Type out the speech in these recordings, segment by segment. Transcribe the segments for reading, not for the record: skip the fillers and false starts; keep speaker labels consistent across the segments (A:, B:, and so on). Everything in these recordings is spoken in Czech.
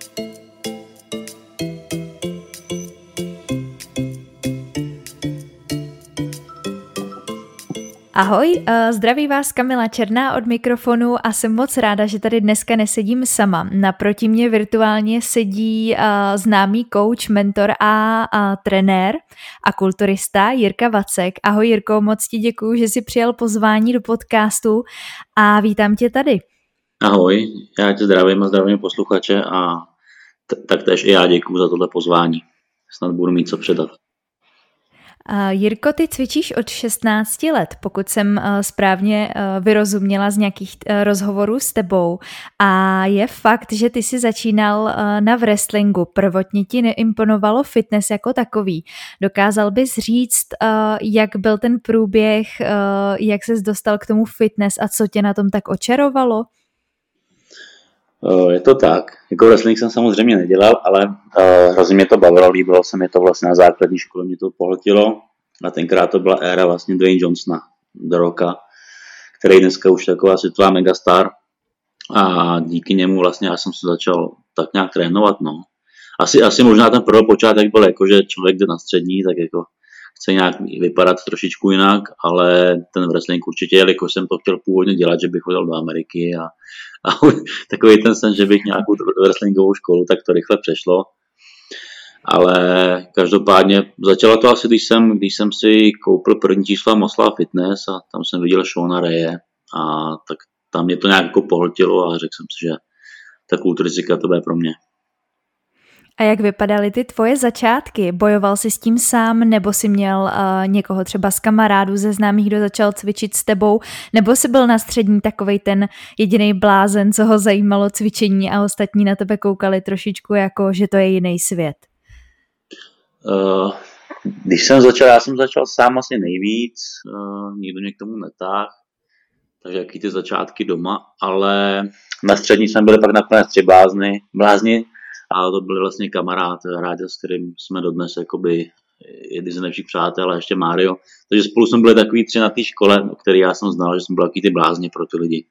A: Ahoj, zdraví vás Kamila Černá od mikrofonu a jsem moc ráda, že tady dneska nesedím sama. Naproti mě virtuálně sedí známý coach, mentor a trenér a kulturista Jirka Vacek. Ahoj Jirko, moc ti děkuju, že jsi přijal pozvání do podcastu a vítám tě tady.
B: Ahoj, já tě zdravím a zdravím posluchače a taktéž i já děkuju za tohle pozvání. Snad budu mít co předat.
A: Jirko, ty cvičíš od 16 let, pokud jsem správně vyrozuměla z nějakých rozhovorů s tebou. A je fakt, že ty jsi začínal na wrestlingu. Prvotně ti neimponovalo fitness jako takový. Dokázal bys říct, jak byl ten průběh, jak ses dostal k tomu fitness a co tě na tom tak očarovalo?
B: Je to tak. Jako wrestling jsem samozřejmě nedělal, ale hrozně mě to bavilo, líbilo se mi to vlastně na základní škole, mě to pohltilo. A tenkrát to byla éra vlastně Dwayne Johnsona, The Rocka, který dneska už taková světová megastar. A díky němu vlastně já jsem se začal tak nějak trénovat, no. Asi možná ten první počátek byl jako, že člověk jde na střední, tak jako chce nějak vypadat trošičku jinak, ale ten wrestling určitě, jelikož jsem to chtěl původně dělat, že bych chodil do Ameriky a takový ten sen, že bych nějakou wrestlingovou školu, tak to rychle přešlo. Ale každopádně začalo to asi, když jsem si koupil první čísla Muscle Fitness a tam jsem viděl Shona Raye a tak tam mě to nějak jako pohltilo a řekl jsem si, že ta kulturistika to bude pro mě.
A: A jak vypadaly ty tvoje začátky? Bojoval jsi s tím sám, nebo jsi měl někoho třeba z kamarádů, ze známých, kdo začal cvičit s tebou, nebo jsi byl na střední takovej ten jediný blázen, co ho zajímalo cvičení a ostatní na tebe koukali trošičku jako, že to je jiný svět?
B: Já jsem začal sám vlastně nejvíc, nikdo mě k tomu netáhl, takže jaký ty začátky doma, ale na střední jsem byl pak nakonec 3 blázni, a to byl vlastně kamarád, Ráďa, s kterým jsme dodnes jakoby jedni z nejlepších přátel a ještě Mário. Takže spolu jsme byli takový 3 na té škole, který já jsem znal, že jsme byli takový ty blázni pro ty lidi.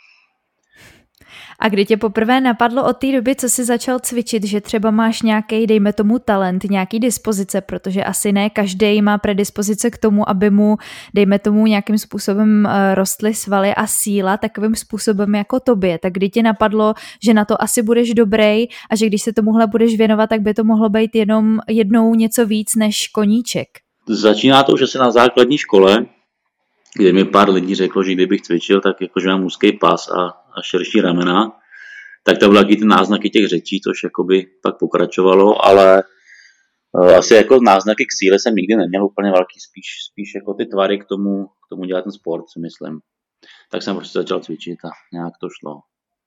A: A kdy tě poprvé napadlo od té doby, co jsi začal cvičit, že třeba máš nějaký, dejme tomu, talent, nějaký dispozice, protože asi ne každý má predispozice k tomu, aby mu, dejme tomu, nějakým způsobem rostly svaly a síla takovým způsobem jako tobě. Tak kdy tě napadlo, že na to asi budeš dobrý a že když se tomuhle budeš věnovat, tak by to mohlo být jenom jednou něco víc než koníček?
B: Začíná to, že se na základní škole, kde mi pár lidí řeklo, že kdybych cvičil, tak jakože mám úzký pás a širší ramena, tak to byly taky ty náznaky těch řečí, což jakoby pak pokračovalo, ale asi jako náznaky k síle jsem nikdy neměl úplně velký, spíš jako ty tvary k tomu dělat ten sport, si myslím. Tak jsem prostě začal cvičit a nějak to šlo.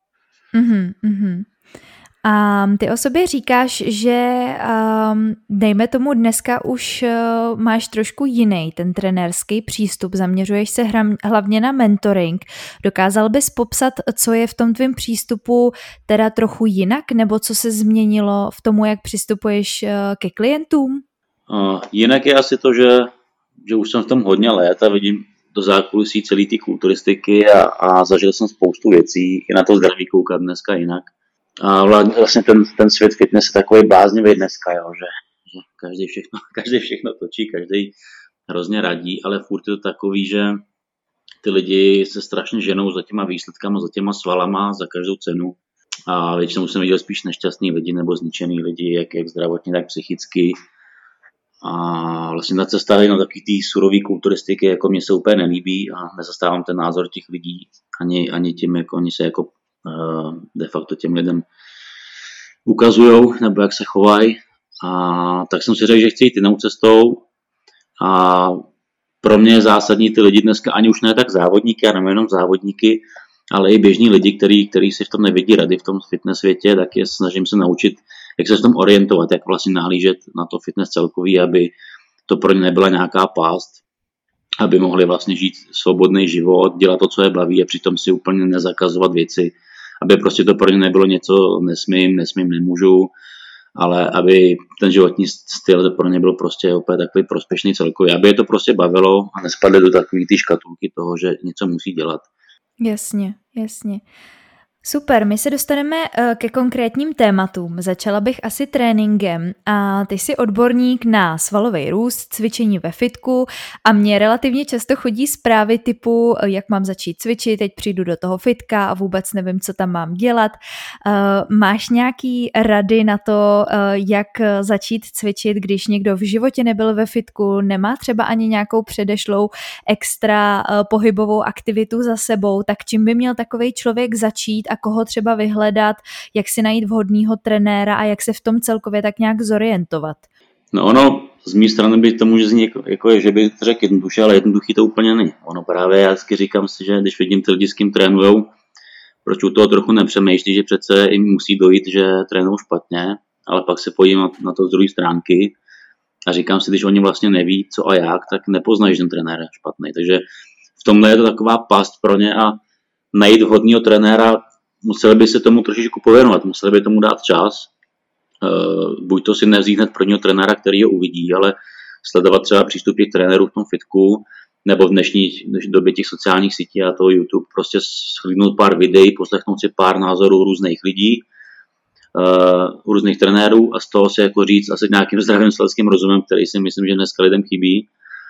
A: A ty o sobě říkáš, že dejme tomu dneska už máš trošku jiný ten trenérský přístup, zaměřuješ se hlavně na mentoring. Dokázal bys popsat, co je v tom tvém přístupu teda trochu jinak, nebo co se změnilo v tomu, jak přistupuješ ke klientům?
B: Jinak je asi to, že už jsem v tom hodně let a vidím do zákulisí celý ty kulturistiky a zažil jsem spoustu věcí, i na to zdraví koukat dneska jinak. A vlastně ten svět fitness je takový bláznivý dneska, jo, že každý všechno točí, každý hrozně radí, ale furt je to takový, že ty lidi se strašně ženou za těma výsledkama, za těma svalama, za každou cenu. A většinou jsem viděl spíš nešťastný lidi nebo zničený lidi, jak zdravotně, tak psychicky. A vlastně ta cesta na takový té surový kulturistiky jako mě se úplně nelíbí a nezastávám ten názor těch lidí ani tím, jak oni se jako de facto těm lidem ukazujou, nebo jak se chovají. A tak jsem si řekl, že chci jít jinou cestou. A pro mě je zásadní ty lidi dneska, ani už ne tak závodníky, a nejenom závodníky, ale i běžní lidi, kteří si v tom nevidí rady v tom fitness světě, tak je snažím se naučit, jak se v tom orientovat, jak vlastně nahlížet na to fitness celkový, aby to pro ně nebyla nějaká pást, aby mohli vlastně žít svobodný život, dělat to, co je baví a přitom si úplně nezakazovat věci, aby prostě to pro ně nebylo něco nesmím, nemůžu, ale aby ten životní styl pro ně byl prostě opět takový prospěšný celkově, aby je to prostě bavilo a nespadly do takový ty škatulky toho, že něco musí dělat.
A: Jasně. Super, my se dostaneme ke konkrétním tématům. Začala bych asi tréninkem a ty jsi odborník na svalový růst, cvičení ve fitku a mně relativně často chodí zprávy typu, jak mám začít cvičit, teď přijdu do toho fitka a vůbec nevím, co tam mám dělat. Máš nějaký rady na to, jak začít cvičit, když někdo v životě nebyl ve fitku, nemá třeba ani nějakou předešlou extra pohybovou aktivitu za sebou, tak čím by měl takovej člověk začít a koho třeba vyhledat, jak si najít vhodného trenéra a jak se v tom celkově tak nějak zorientovat?
B: No ono, z mé strany by to může znít jako že by to řekl jednoduše, ale jednoduchý to úplně není. Ono právě, já vždycky říkám si, že když vidím ty lidi, s kým trénujou, proč u toho trochu nepřemýšlí, že přece jim musí dojít, že trénují špatně, ale pak se podívám na to z druhé stránky a říkám si, když oni vlastně neví, co a jak, tak nepoznají, že ten trenér je špatný. Takže v tomhle je to taková past pro ně a najít vhodného trenéra, museli by se tomu trošičku pověnovat, museli by tomu dát čas. Buď to si nevzít hned prvního trenéra, který ho uvidí, ale sledovat třeba přístup těch trenérů v tom fitku, nebo v dnešní době těch sociálních sítí a toho YouTube, prostě shlídnout pár videí, poslechnout si pár názorů různých lidí, různých trenérů a z toho si jako říct asi nějakým zdravým selským rozumem, který si myslím, že dneska lidem chybí,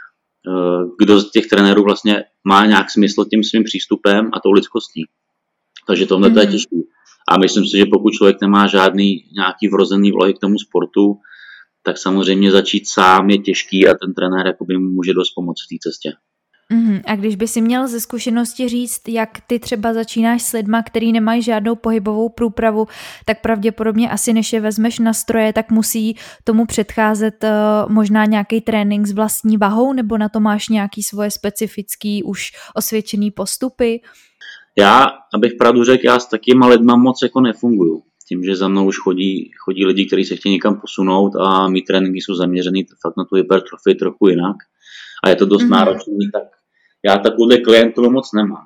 B: kdo z těch trenérů vlastně má nějak smysl tím svým přístupem a tou lidskostí. Takže tohle to je těžké. A myslím si, že pokud člověk nemá žádný nějaký vrozený vlohy k tomu sportu, tak samozřejmě začít sám je těžký a ten trenér jakoby může dost pomoct v té cestě.
A: A když by si měl ze zkušenosti říct, jak ty třeba začínáš s lidma, který nemají žádnou pohybovou průpravu, tak pravděpodobně asi než je vezmeš na stroje, tak musí tomu předcházet možná nějaký trénink s vlastní vahou, nebo na to máš nějaký svoje specifický už osvědčený postupy?
B: Já, abych pravdu řekl, já s takýma lidma moc jako nefunguju. Tím, že za mnou už chodí lidi, kteří se chtějí někam posunout a mý tréninky jsou zaměřený fakt na tu hypertrofii trochu jinak. A je to dost náročné, tak já takovou klientelu moc nemám.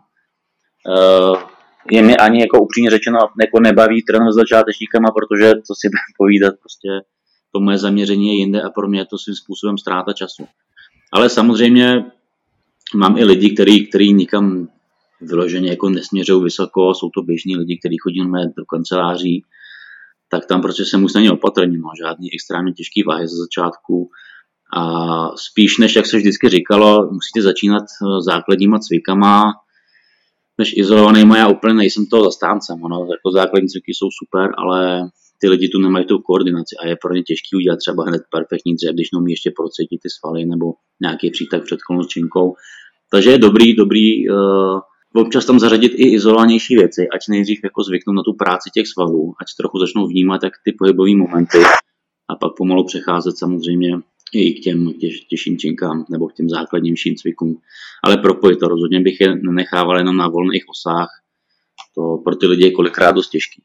B: Je mi ani jako upřímně řečeno jako nebaví trénovat s začátečníkama, protože to si budeme povídat, prostě to moje zaměření je jinde a pro mě je to svým způsobem ztráta času. Ale samozřejmě mám i lidi, kteří nikam vyloženě jako nesměřují vysoko, jsou to běžní lidi, kteří chodí do kanceláří, tak tam prostě se musí na ně opatrně, no, žádný extrémně těžký váhy ze začátku. A spíš než, jak se vždycky říkalo, musíte začínat základníma cvikama, než izolovanýma. Já úplně nejsem toho zastáncem. Ono, jako základní cviky jsou super, ale ty lidi tu nemají tu koordinaci a je pro ně těžký udělat třeba hned perfektní dřep, když neumí ještě procítit ty svaly nebo nějaký přítah před činkou. Takže je dobrý občas tam zařadit i izolovanější věci, ať nejdřív jako zvyknou na tu práci těch svalů, ať trochu začnou vnímat jak ty pohybové momenty a pak pomalu přecházet samozřejmě i k těm těžším činkám nebo k těm základnějším cvikům. Ale propojit to rozhodně bych je nenechával jenom na volných osách. To pro ty lidi je kolikrát dost těžký.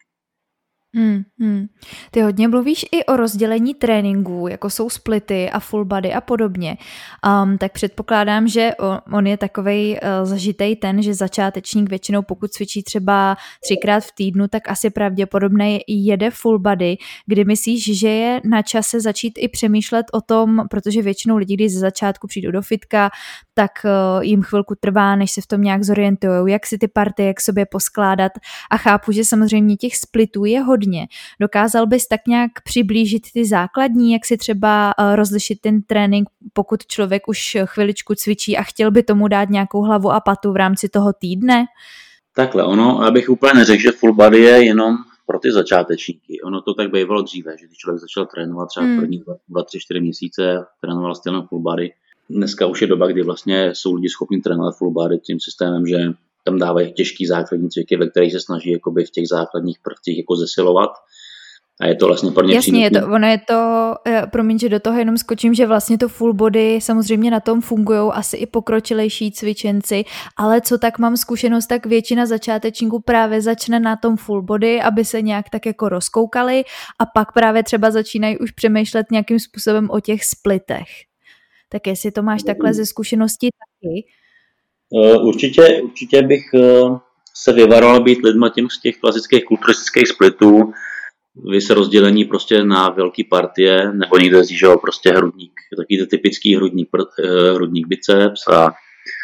A: Ty hodně mluvíš i o rozdělení tréninků, jako jsou splity a full body a podobně. Tak předpokládám, že on je takovej zažitej ten, že začátečník většinou pokud cvičí třeba 3x v týdnu, tak asi pravděpodobně jede full body. Kdy myslíš, že je na čase začít i přemýšlet o tom, protože většinou lidí, když ze začátku přijdou do fitka, tak jim chvilku trvá, než se v tom nějak zorientujou, jak si ty partie k sobě poskládat a chápu, že samozřejmě těch splitů je hodně. Dokázal bys tak nějak přiblížit ty základní, jak si třeba rozlišit ten trénink, pokud člověk už chviličku cvičí a chtěl by tomu dát nějakou hlavu a patu v rámci toho týdne?
B: Takhle, abych úplně neřekl, že full body je jenom pro ty začátečníky. Ono to tak bývalo dříve, že když člověk začal trénovat třeba první 2-3-4 měsíce, trénoval stylem full body. Dneska už je doba, kdy vlastně jsou lidi schopni trénovat full body tím systémem, že tam dávají těžký základní cviky, ve kterých se snaží jakoby v těch základních prvcích jako zesilovat. A je to vlastně pro ně
A: Jasně, promiň, že do toho jenom skočím, že vlastně to full body samozřejmě na tom fungujou asi i pokročilejší cvičenci, ale co tak mám zkušenost, tak většina začátečníků právě začne na tom full body, aby se nějak tak jako rozkoukali a pak právě třeba začínají už přemýšlet nějakým způsobem o těch splitech. Tak jestli to máš takhle ze zkušenosti taky?
B: Určitě bych se vyvaroval být lidma z těch klasických kulturistických splitů, vy se rozdělení prostě na velký partie, nebo někde zjížděl prostě hrudník, takový typický hrudník biceps a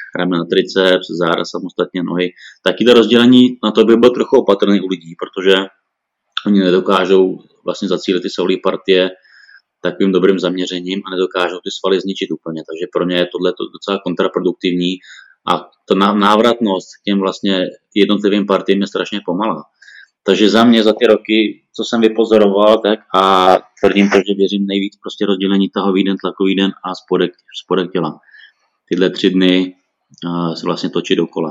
B: ramena, triceps, záda samostatně, nohy. Taky rozdělení na to by byl trochu opatrný u lidí, protože oni nedokážou vlastně zacílit ty svalové partie takovým dobrým zaměřením a nedokážou ty svaly zničit úplně. Takže pro ně je tohle docela kontraproduktivní a ta návratnost k těm vlastně jednotlivým partiím je strašně pomalá. Takže za mě, za ty roky, co jsem vypozoroval, tak a tvrdím to, že věřím nejvíc prostě rozdělení tahový den, tlakový den a spodek těla. Tyhle 3 dny se vlastně točí dokola.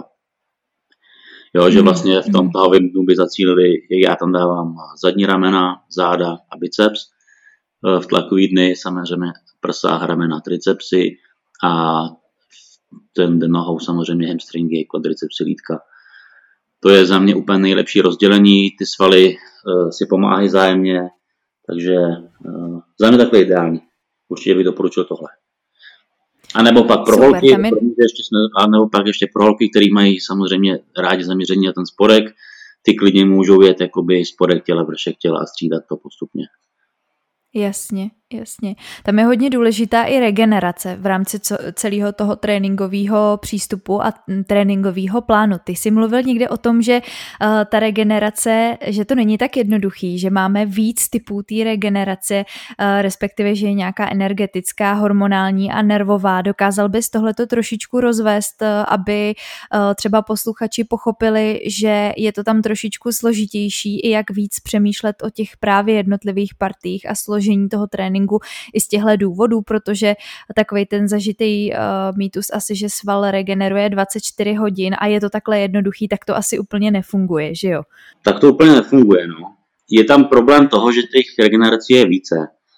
B: Jo, že vlastně v tom tahovém dnu by zacílili, jak já tam dávám zadní ramena, záda a biceps. V tlakový dny samozřejmě prsa, ramena, tricepsy a ten den nohou samozřejmě hamstringy, kvadricepsy, lítka. To je za mě úplně nejlepší rozdělení, ty svaly si pomáhají vzájemně, takže za mě takhle ideální. Určitě bych doporučil tohle. A nebo pak pro holky, nebo pak ještě pro holky, který mají samozřejmě rádi zaměření na ten spodek, ty klidně můžou jet jakoby spodek těla, vršek těla a střídat to postupně.
A: Jasně. Tam je hodně důležitá i regenerace v rámci celého toho tréninkového přístupu a tréninkového plánu. Ty jsi mluvil někde o tom, že ta regenerace, že to není tak jednoduchý, že máme víc typů té regenerace, respektive, že je nějaká energetická, hormonální a nervová. Dokázal bys tohleto trošičku rozvést, aby třeba posluchači pochopili, že je to tam trošičku složitější i jak víc přemýšlet o těch právě jednotlivých partiích a složení toho tréninku i z těchto důvodů, protože takovej ten zažitý mýtus asi, že sval regeneruje 24 hodin a je to takhle jednoduchý, tak to asi úplně nefunguje, že jo?
B: Tak to úplně nefunguje, no. Je tam problém toho, že těch regenerací je více.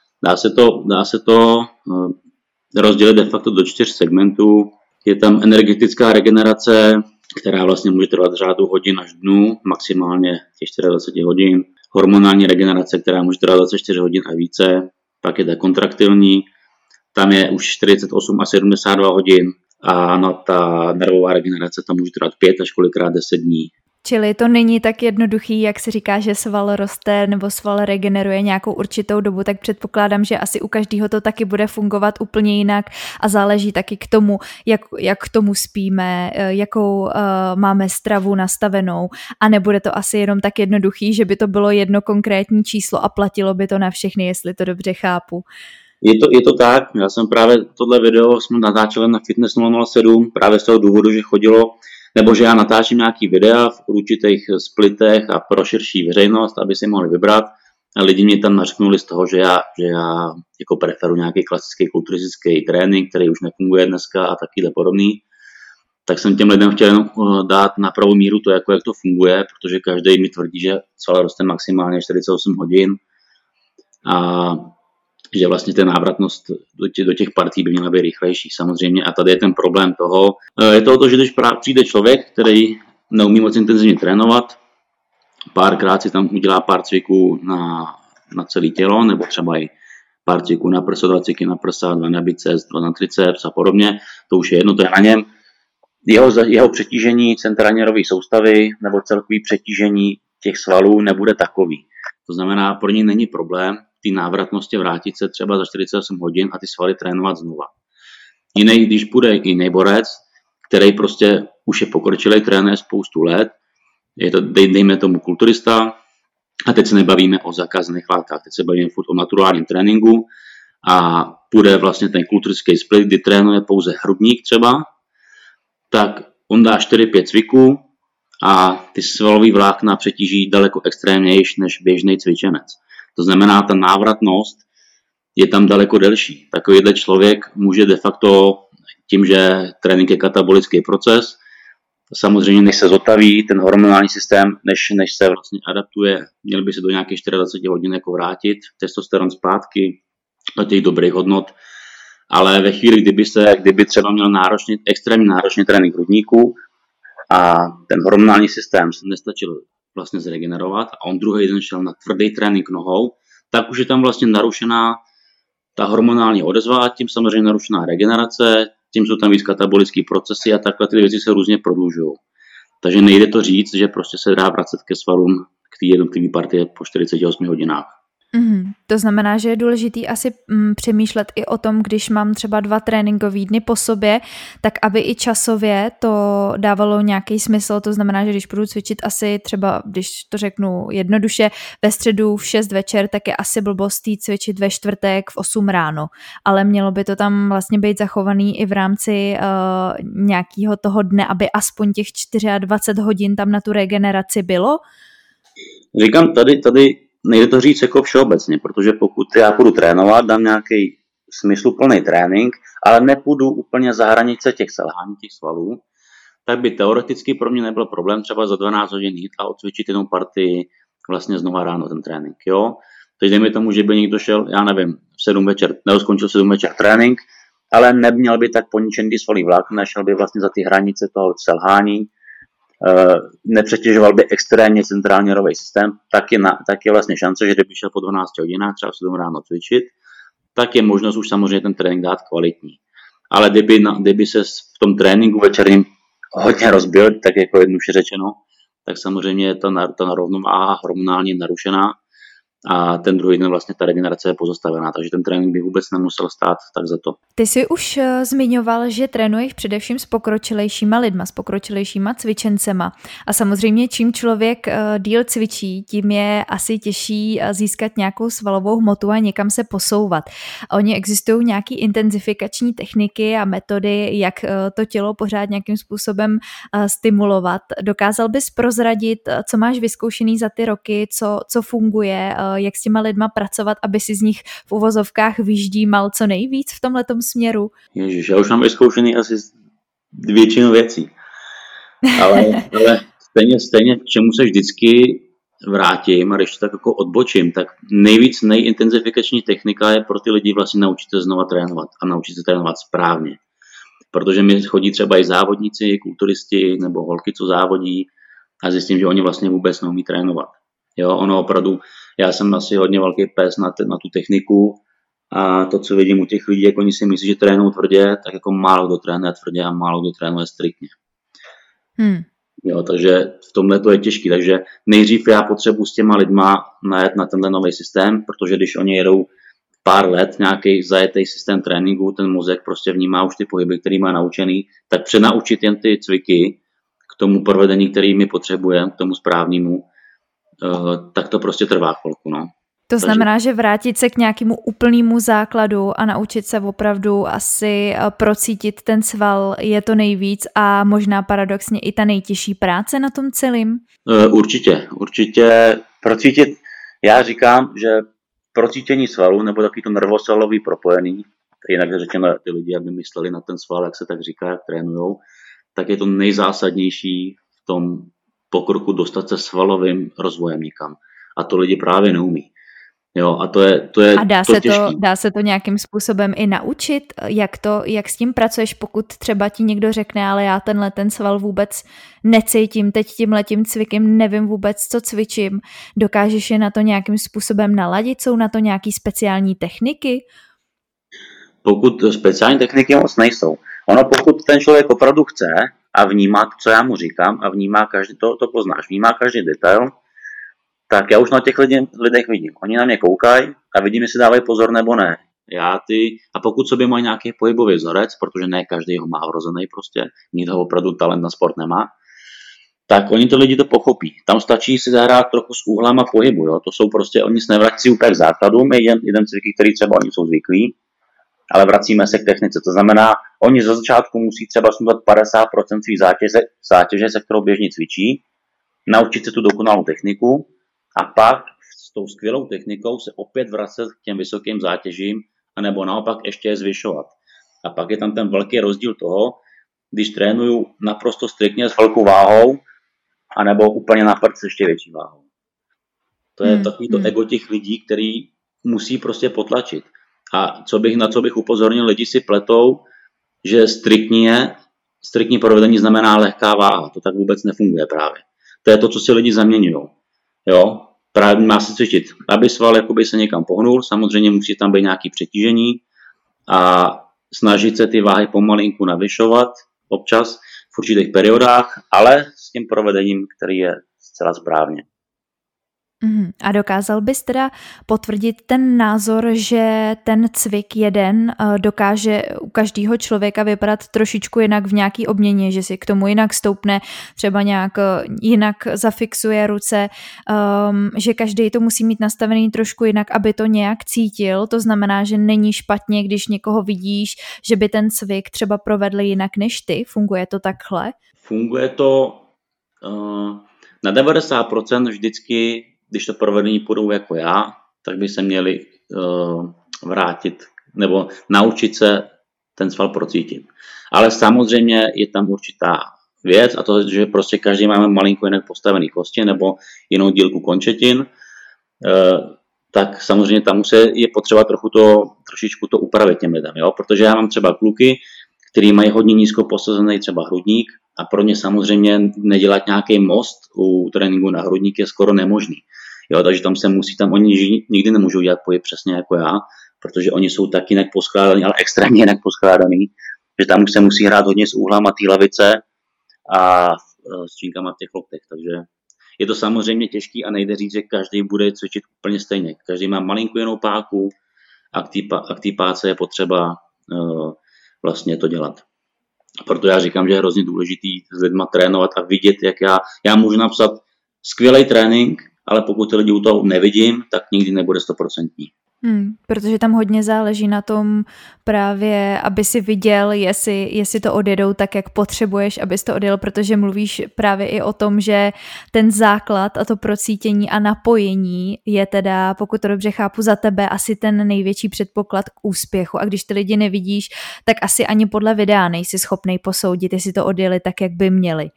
B: Dá se to rozdělit de facto do 4 segmentů. Je tam energetická regenerace, která vlastně může trvat řádu hodin až dnů, maximálně těch 24 hodin. Hormonální regenerace, která může trvat 24 hodin a více. Pak je ta kontraktilní, tam je už 48 a 72 hodin a ta nervová regenerace tam může trvat 5 až kolikrát 10 dní.
A: Čili to není tak jednoduchý, jak se říká, že sval roste nebo sval regeneruje nějakou určitou dobu, tak předpokládám, že asi u každého to taky bude fungovat úplně jinak a záleží taky k tomu, jak k tomu spíme, jakou máme stravu nastavenou a nebude to asi jenom tak jednoduchý, že by to bylo jedno konkrétní číslo a platilo by to na všechny, jestli to dobře chápu.
B: Je to tak, já jsem právě tohle video jsme natáčeli na Fitness 007 právě z toho důvodu, že chodilo nebo že já natáčím nějaký videa v určitých splitech a pro širší veřejnost, aby si mohli vybrat. A lidi mě tam nařknuli z toho, že já jako preferuji nějaký klasický kulturistický trénink, který už nefunguje dneska a takovýhle podobný. Tak jsem těm lidem chtěl dát na pravou míru to, jak to funguje, protože každý mi tvrdí, že sval roste maximálně 48 hodin a že vlastně ta návratnost do těch partí by měla být rychlejší samozřejmě. A tady je ten problém toho, je to, že když přijde člověk, který neumí moc intenzivně trénovat, párkrát si tam udělá pár cviků na celé tělo, nebo třeba i pár cviků na prso, 2 cviky na prsa, 2 na biceps, 2 na triceps a podobně, to už je jedno, to je na něm. Jeho přetížení centrální nervové soustavy nebo celkový přetížení těch svalů nebude takový. To znamená, pro něj není problém ty návratnosti vrátit se třeba za 48 hodin a ty svaly trénovat znova. Když bude jiný borec, který prostě už je pokročilý, trénuje spoustu let, je to, dejme tomu kulturista, a teď se nebavíme o zakázaných látkách, teď se bavíme furt o naturálním tréninku a bude vlastně ten kulturistický split, kdy trénuje pouze hrudník třeba, tak on dá 4-5 cviků a ty svalový vlákna přetíží daleko extrémnější než běžný cvičenec. To znamená, ta návratnost je tam daleko delší. Takovýhle člověk může de facto tím, že trénink je katabolický proces, samozřejmě než se zotaví ten hormonální systém, než se vlastně adaptuje, měl by se do nějakých 24 hodin jako vrátit, testosteron zpátky do těch dobrých hodnot, ale ve chvíli, kdyby třeba měl extrémně náročný trénink hrudníku a ten hormonální systém se nestačil vlastně zregenerovat a on druhý den šel na tvrdý trénink nohou, tak už je tam vlastně narušená ta hormonální odezva, tím samozřejmě narušená regenerace, tím jsou tam víc katabolické procesy a takhle ty věci se různě prodlužují. Takže nejde to říct, že prostě se dá vracet ke svalům, k té jednotlivé partie po 48 hodinách.
A: To znamená, že je důležitý asi přemýšlet i o tom, když mám třeba 2 tréninkové dny po sobě, tak aby i časově to dávalo nějaký smysl. To znamená, že když budu cvičit asi třeba, když to řeknu jednoduše, ve středu v 6 večer, tak je asi blbostí cvičit ve čtvrtek v 8 ráno. Ale mělo by to tam vlastně být zachovaný i v rámci nějakého toho dne, aby aspoň těch 24 hodin tam na tu regeneraci bylo.
B: Říkám, tady nejde to říct jako všeobecně, protože pokud já půjdu trénovat, dám nějaký smysluplný trénink, ale nepůjdu úplně za hranice těch selhání těch svalů, tak by teoreticky pro mě nebyl problém třeba za 12 hodin jít a odcvičit jednou partii vlastně znova ráno ten trénink. Jo? Teď dejme tomu, že by někdo šel, já nevím, v 7 večer, nebo skončil 7 večer trénink, ale neměl by tak poničený svalý vlákna, nešel by vlastně za ty hranice toho selhání, nepřetěžoval by extrémně centrální nervový systém, tak je vlastně šance, že kdyby šel po 12 hodinách, třeba v 7 ráno cvičit, tak je možnost už samozřejmě ten trénink dát kvalitní. Ale kdyby se v tom tréninku večerním hodně rozbil, tak jako jednoduše řečeno, tak samozřejmě je ta rovnováha hormonálně narušená a ten druhý den vlastně ta regenerace je pozastavená, takže ten trénink by vůbec nemusel stát tak za to.
A: Ty jsi už zmiňoval, že trénuješ především s pokročilejšíma lidma, s pokročilejšíma cvičencema a samozřejmě čím člověk díl cvičí, tím je asi těžší získat nějakou svalovou hmotu a někam se posouvat. Oni existují nějaký intenzifikační techniky a metody, jak to tělo pořád nějakým způsobem stimulovat. Dokázal bys prozradit, co máš vyzkoušený za ty roky, co funguje, jak s těma lidma pracovat, aby si z nich v uvozovkách vyždímal co nejvíc v tomhletom směru?
B: Ježiš, já už mám vyzkoušený asi většinu věcí. Ale stejně k čemu se vždycky vrátím a když to tak jako odbočím, tak nejintenzifikační technika je pro ty lidi vlastně naučit se znova trénovat a naučit se trénovat správně. Protože mi chodí třeba i závodníci, kulturisti nebo holky, co závodí a zjistím, že oni vlastně vůbec neumí trénovat. Jo, ono opravdu, já jsem asi hodně velký pes na tu techniku a to, co vidím u těch lidí, jak oni si myslí, že trénují tvrdě, tak jako málo kdo trénuje tvrdě a málo kdo trénuje striktně. Jo, takže v tomhle to je těžký, takže nejdřív já potřebuji s těma lidma najet na tenhle nový systém, protože když oni jedou pár let nějaký zajetý systém tréninku, ten mozek prostě vnímá už ty pohyby, který má naučený, tak přenaučit jen ty cviky k tomu provedení, který my potřebujeme, k tomu správnému, tak to prostě trvá chvilku, no.
A: To znamená, že vrátit se k nějakému úplnému základu a naučit se opravdu asi procítit ten sval je to nejvíc a možná paradoxně i ta nejtěžší práce na tom celým? Určitě
B: procítit, já říkám, že procítění svalu nebo taky to nervosvalový propojený, jinak řečeno ty lidi, aby mysleli na ten sval, jak se tak říká, jak trénujou, tak je to nejzásadnější v tom pokroku dostat se svalovým rozvojem nikam. A to lidi právě neumí. Jo, a to je
A: a dá se to nějakým způsobem i naučit? Jak s tím pracuješ, pokud třeba ti někdo řekne, ale já ten sval vůbec necítím, teď tímhletím cvikem nevím vůbec, co cvičím. Dokážeš je na to nějakým způsobem naladit? Jsou na to nějaký speciální techniky?
B: Pokud speciální techniky moc nejsou. Pokud ten člověk opravdu chce a vnímá, co já mu říkám a vnímá to poznáš, vnímá každý detail, tak já už na těch lidech vidím. Oni na mě koukají a vidím, jestli dávají pozor nebo ne. A pokud sobě mají nějaký pohybový vzorec, protože ne každý ho má vrozený prostě, nikdo ho opravdu talent na sport nemá, tak oni lidi to pochopí. Tam stačí si zahrát trochu s úhlama pohybu. Jo? To jsou prostě, oni se nevrací úplně k základům, jeden cviky, který třeba oni jsou zvyklí, ale vracíme se k technice. To znamená, oni ze začátku musí třeba sundat 50% svých zátěže, se kterou běžně cvičí, naučit se tu dokonalou techniku a pak s tou skvělou technikou se opět vracet k těm vysokým zátěžím, anebo naopak ještě je zvyšovat. A pak je tam ten velký rozdíl toho, když trénuju naprosto striktně s velkou váhou, anebo úplně na prd s ještě větší váhou. To je takový to ego těch lidí, který musí prostě potlačit. A na co bych upozornil, lidi si pletou, že striktní provedení znamená lehká váha. To tak vůbec nefunguje právě. To je to, co si lidi zaměňují. Jo? Právě má se cvičit, aby sval jakoby se někam pohnul, samozřejmě musí tam být nějaké přetížení a snažit se ty váhy pomalinku navyšovat občas v určitých periodách, ale s tím provedením, který je zcela správně.
A: A dokázal bys teda potvrdit ten názor, že ten cvik jeden dokáže u každého člověka vypadat trošičku jinak v nějaký obměně, že si k tomu jinak stoupne, třeba nějak jinak zafixuje ruce, že každý to musí mít nastavený trošku jinak, aby to nějak cítil, to znamená, že není špatně, když někoho vidíš, že by ten cvik třeba provedl jinak než ty, funguje to takhle?
B: Funguje to na 90% vždycky. Když to provedení půjdou jako já, tak by se měli vrátit nebo naučit se ten sval procítit. Ale samozřejmě je tam určitá věc a to, že prostě každý máme malinko jinak postavený kosti nebo jinou dílku končetin, tak samozřejmě tam je potřeba trošičku to upravit těm lidem, jo? Protože já mám třeba kluky, který mají hodně nízko posazený třeba hrudník a pro ně samozřejmě nedělat nějaký most u tréninku na hrudník je skoro nemožný. Jo, takže tam oni nikdy nemůžou dělat pohyb přesně jako já, protože oni jsou taky jinak poskládaný, ale extrémně jinak poskládaný, že tam už se musí hrát hodně s úhlama té lavice a s činkama v těch loktech, takže je to samozřejmě těžký a nejde říct, že každý bude cvičit úplně stejně. Každý má malinkou jinou páku a k té páce je potřeba vlastně to dělat. Proto já říkám, že je hrozně důležitý s lidma trénovat a vidět, jak já můžu napsat skvělý trénink, ale pokud ty lidi u toho nevidím, tak nikdy nebude 100%.
A: Protože tam hodně záleží na tom právě, aby si viděl, jestli to odjedou tak, jak potřebuješ, abys to odjel, protože mluvíš právě i o tom, že ten základ a to procítění a napojení je teda, pokud to dobře chápu, za tebe asi ten největší předpoklad k úspěchu a když ty lidi nevidíš, tak asi ani podle videa nejsi schopnej posoudit, jestli to odjeli tak, jak by měli.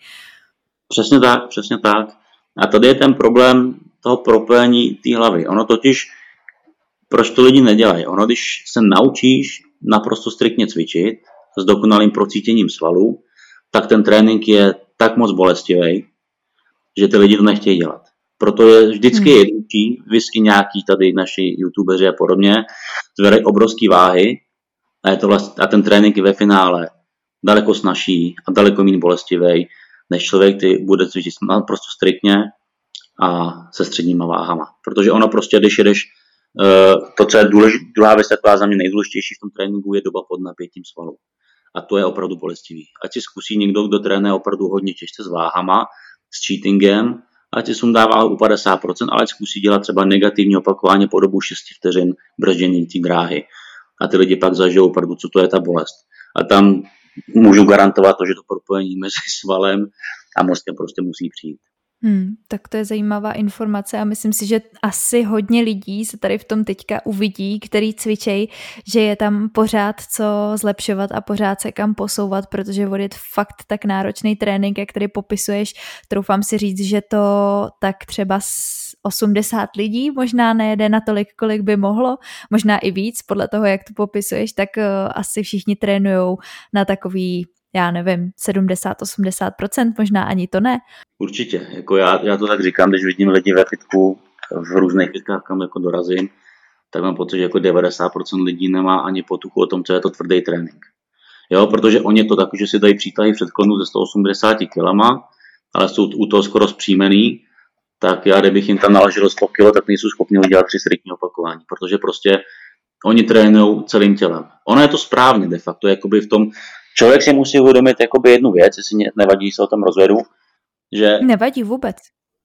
B: Přesně tak. A tady je ten problém toho propojení té hlavy. Ono totiž, proč to lidi nedělají? Ono, když se naučíš naprosto striktně cvičit s dokonalým procítěním svalů, tak ten trénink je tak moc bolestivý, že ty lidi to nechtějí dělat. Proto je vždycky jednodušší, vys i nějaký tady naši youtubeři a podobně, zvedají obrovský váhy a ten trénink je ve finále daleko snazší a daleko méně bolestivý, než člověk, který bude cvičit naprosto striktně a se středníma váhama. Protože ono prostě, když jedeš, to, co je druhá věc, taková za mě nejdůležitější v tom tréninku, je doba pod napětím svalů. A to je opravdu bolestivý. Ať si zkusí někdo, kdo trénuje opravdu hodně těžce s váhama, s cheatingem, ať si sundá váhu u 50%, ale ať zkusí dělat třeba negativní opakování po dobu 6 vteřin brždění té dráhy. A ty lidi pak zažijou opravdu, co to je ta bolest. A tam můžu garantovat to, že to propojení mezi svalem a mozkem prostě musí přijít.
A: Tak to je zajímavá informace a myslím si, že asi hodně lidí se tady v tom teďka uvidí, který cvičej, že je tam pořád co zlepšovat a pořád se kam posouvat, protože odjet fakt tak náročný trénink, jak tady popisuješ, troufám si říct, že to tak třeba 80 lidí možná nejede na tolik, kolik by mohlo, možná i víc, podle toho, jak to popisuješ, tak asi všichni trénujou na takový, já nevím, 70-80%, možná ani to ne.
B: Určitě, jako já to tak říkám, když vidím lidi ve fitku, v různých fitkách, kam jako dorazím, tak mám pocit, že jako 90% lidí nemá ani potuchu o tom, co je to tvrdý trénink. Jo, protože oni to tak, že si dají přítahy předklonu ze 180 kilama, ale jsou u toho skoro zpříjmený, tak já, kdybych jim tam naložil 100 kg, tak nejsou schopni udělat 3 striktní opakování, protože prostě oni trénují celým tělem. Ono je to správně de facto, jakoby v tom, člověk si musí uvědomit jakoby jednu věc, jestli nevadí, se o tom rozvedu, že
A: nevadí vůbec.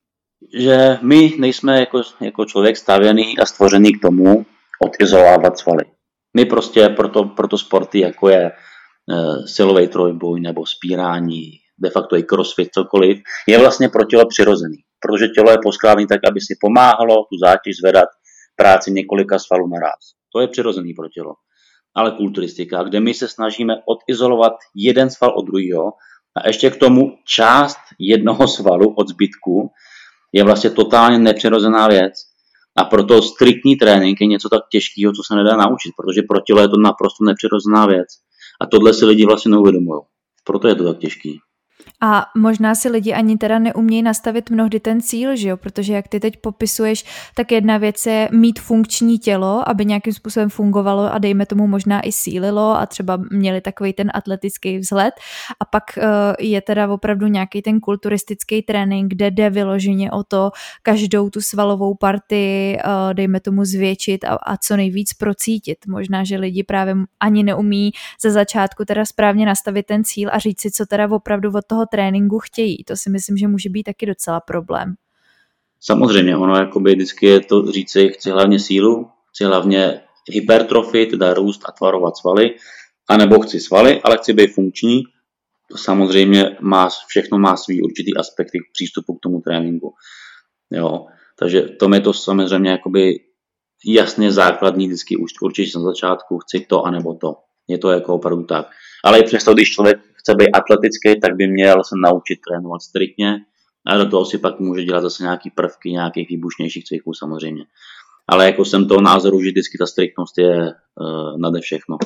B: Že my nejsme jako člověk stavěný a stvořený k tomu odizolovat svaly. My prostě proto sporty, jako je silový trojboj nebo spírání, de facto i crossfit, cokoliv, je vlastně pro tělo přirozený. Protože tělo je poskládané tak, aby si pomáhalo tu zátěž zvedat práci několika svalů naraz. To je přirozený pro tělo. Ale kulturistika, kde my se snažíme odizolovat jeden sval od druhého a ještě k tomu část jednoho svalu od zbytku, je vlastně totálně nepřirozená věc. A proto striktní trénink je něco tak těžkého, co se nedá naučit, protože pro tělo je to naprosto nepřirozená věc. A tohle si lidi vlastně neuvědomují. Proto je to tak těžký.
A: A možná si lidi ani teda neumějí nastavit mnohdy ten cíl, že jo? Protože jak ty teď popisuješ, tak jedna věc je mít funkční tělo, aby nějakým způsobem fungovalo a dejme tomu možná i sílilo a třeba měli takový ten atletický vzhled. A pak je teda opravdu nějaký ten kulturistický trénink, kde jde vyloženě o to každou tu svalovou partii, dejme tomu zvětšit a co nejvíc procítit. Možná, že lidi právě ani neumí ze začátku teda správně nastavit ten cíl a říct si, co teda opravdu od toho tréninku chtějí. To si myslím, že může být taky docela problém.
B: Samozřejmě, ono jakoby vždycky je to říci, chci hlavně sílu, chci hlavně hypertrofii, teda růst a tvarovat svaly, anebo chci svaly, ale chci být funkční. To samozřejmě všechno má svý určitý aspekty k přístupu k tomu tréninku. Jo. Takže to je to samozřejmě jakoby jasně základní, vždycky už určitě na začátku chci to anebo to. Je to jako opravdu tak. Ale i přesto, když člověk chce být atletický, tak by měl se naučit trénovat striktně a do toho si pak může dělat zase nějaký prvky, nějakých výbušnějších cviků samozřejmě. Ale jako jsem toho názoru, že vždycky ta striktnost je nade všechno.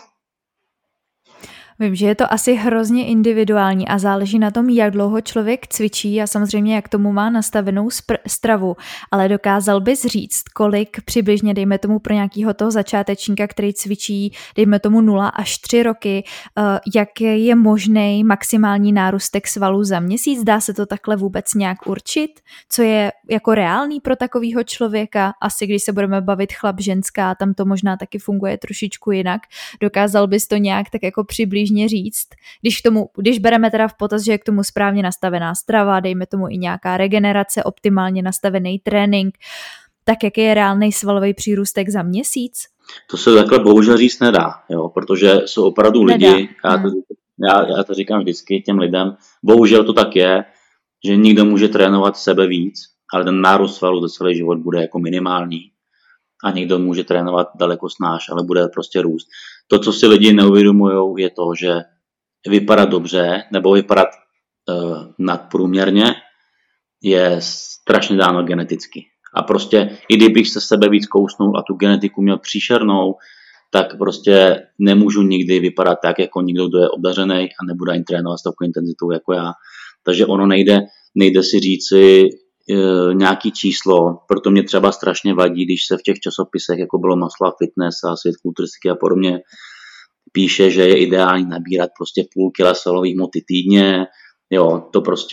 A: Vím, že je to asi hrozně individuální a záleží na tom, jak dlouho člověk cvičí a samozřejmě jak tomu má nastavenou stravu, ale dokázal bys říct, kolik přibližně, dejme tomu pro nějakého toho začátečníka, který cvičí, dejme tomu 0 až 3 roky, jak je možný maximální nárůstek svalů za měsíc? Dá se to takhle vůbec nějak určit? Co je jako reálný pro takového člověka? Asi když se budeme bavit chlap, ženská, tam to možná taky funguje trošičku jinak. Dokázal bys to nějak tak jako přibližně říct, když bereme teda v potaz, že je k tomu správně nastavená strava, dejme tomu i nějaká regenerace, optimálně nastavený trénink, tak jaký je reálný svalový přírůstek za měsíc?
B: To se takhle bohužel říct nedá, jo, protože jsou opravdu lidi, já to říkám vždycky těm lidem, bohužel to tak je, že nikdo může trénovat sebe víc, ale ten nárůst svalů za celý život bude jako minimální. A někdo může trénovat daleko snáš, ale bude prostě růst. To, co si lidi neuvědomují, je to, že vypadat dobře nebo vypadat nadprůměrně je strašně dáno geneticky. A prostě, i kdybych se sebe víc kousnul a tu genetiku měl příšernou, tak prostě nemůžu nikdy vypadat tak, jako někdo, kdo je obdařený a nebude ani trénovat s takovou intenzitou jako já. Takže ono nejde si říci nějaký číslo, proto mě třeba strašně vadí, když se v těch časopisech, jako bylo Masla Fitness a Svět kulturistiky a podobně, píše, že je ideální nabírat prostě půl kila svalový hmoty týdně, jo,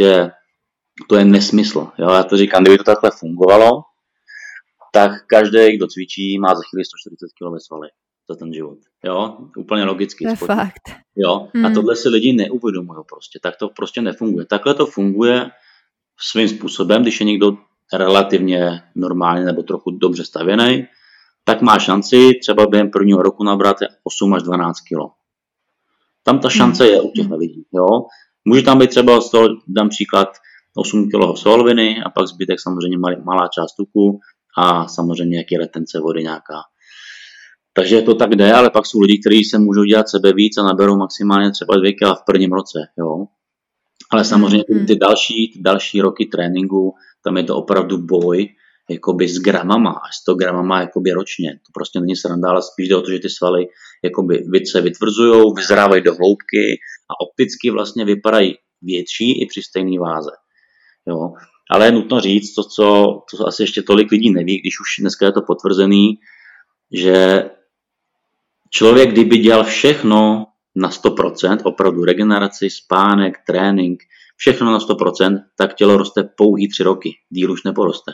B: to je nesmysl, jo, já to říkám, kdyby to takhle fungovalo, tak každý, kdo cvičí, má za chvíli 140 kg svaly za ten život, jo, úplně logicky.
A: To je fakt.
B: Jo, a tohle si lidi neuvědomují prostě, tak to prostě nefunguje. Takhle to funguje svým způsobem, když je někdo relativně normálně nebo trochu dobře stavěný, tak má šanci třeba během prvního roku nabrat 8 až 12 kg. Tam ta šance je u těch lidí. Jo? Může tam být třeba, dám příklad, 8 kg soloviny a pak zbytek samozřejmě malá část tuku a samozřejmě nějaký retence vody nějaká. Takže to tak jde, ale pak jsou lidi, kteří se můžou dělat sebe víc a naberou maximálně třeba 2 kg v prvním roce. Jo? Ale samozřejmě ty další roky tréninku, tam je to opravdu boj jakoby s gramama, až 100 gramama jakoby ročně. To prostě není sranda, ale spíš jde o to, že ty svaly jakoby se vytvrzujou, vyzrávají do hloubky a opticky vlastně vypadají větší i při stejné váze. Jo? Ale je nutno říct, to, co asi ještě tolik lidí neví, když už dneska je to potvrzený, že člověk, kdyby dělal všechno na 100%, opravdu regeneraci, spánek, trénink, všechno na 100%, tak tělo roste pouhý 3 roky. Díl už neporoste.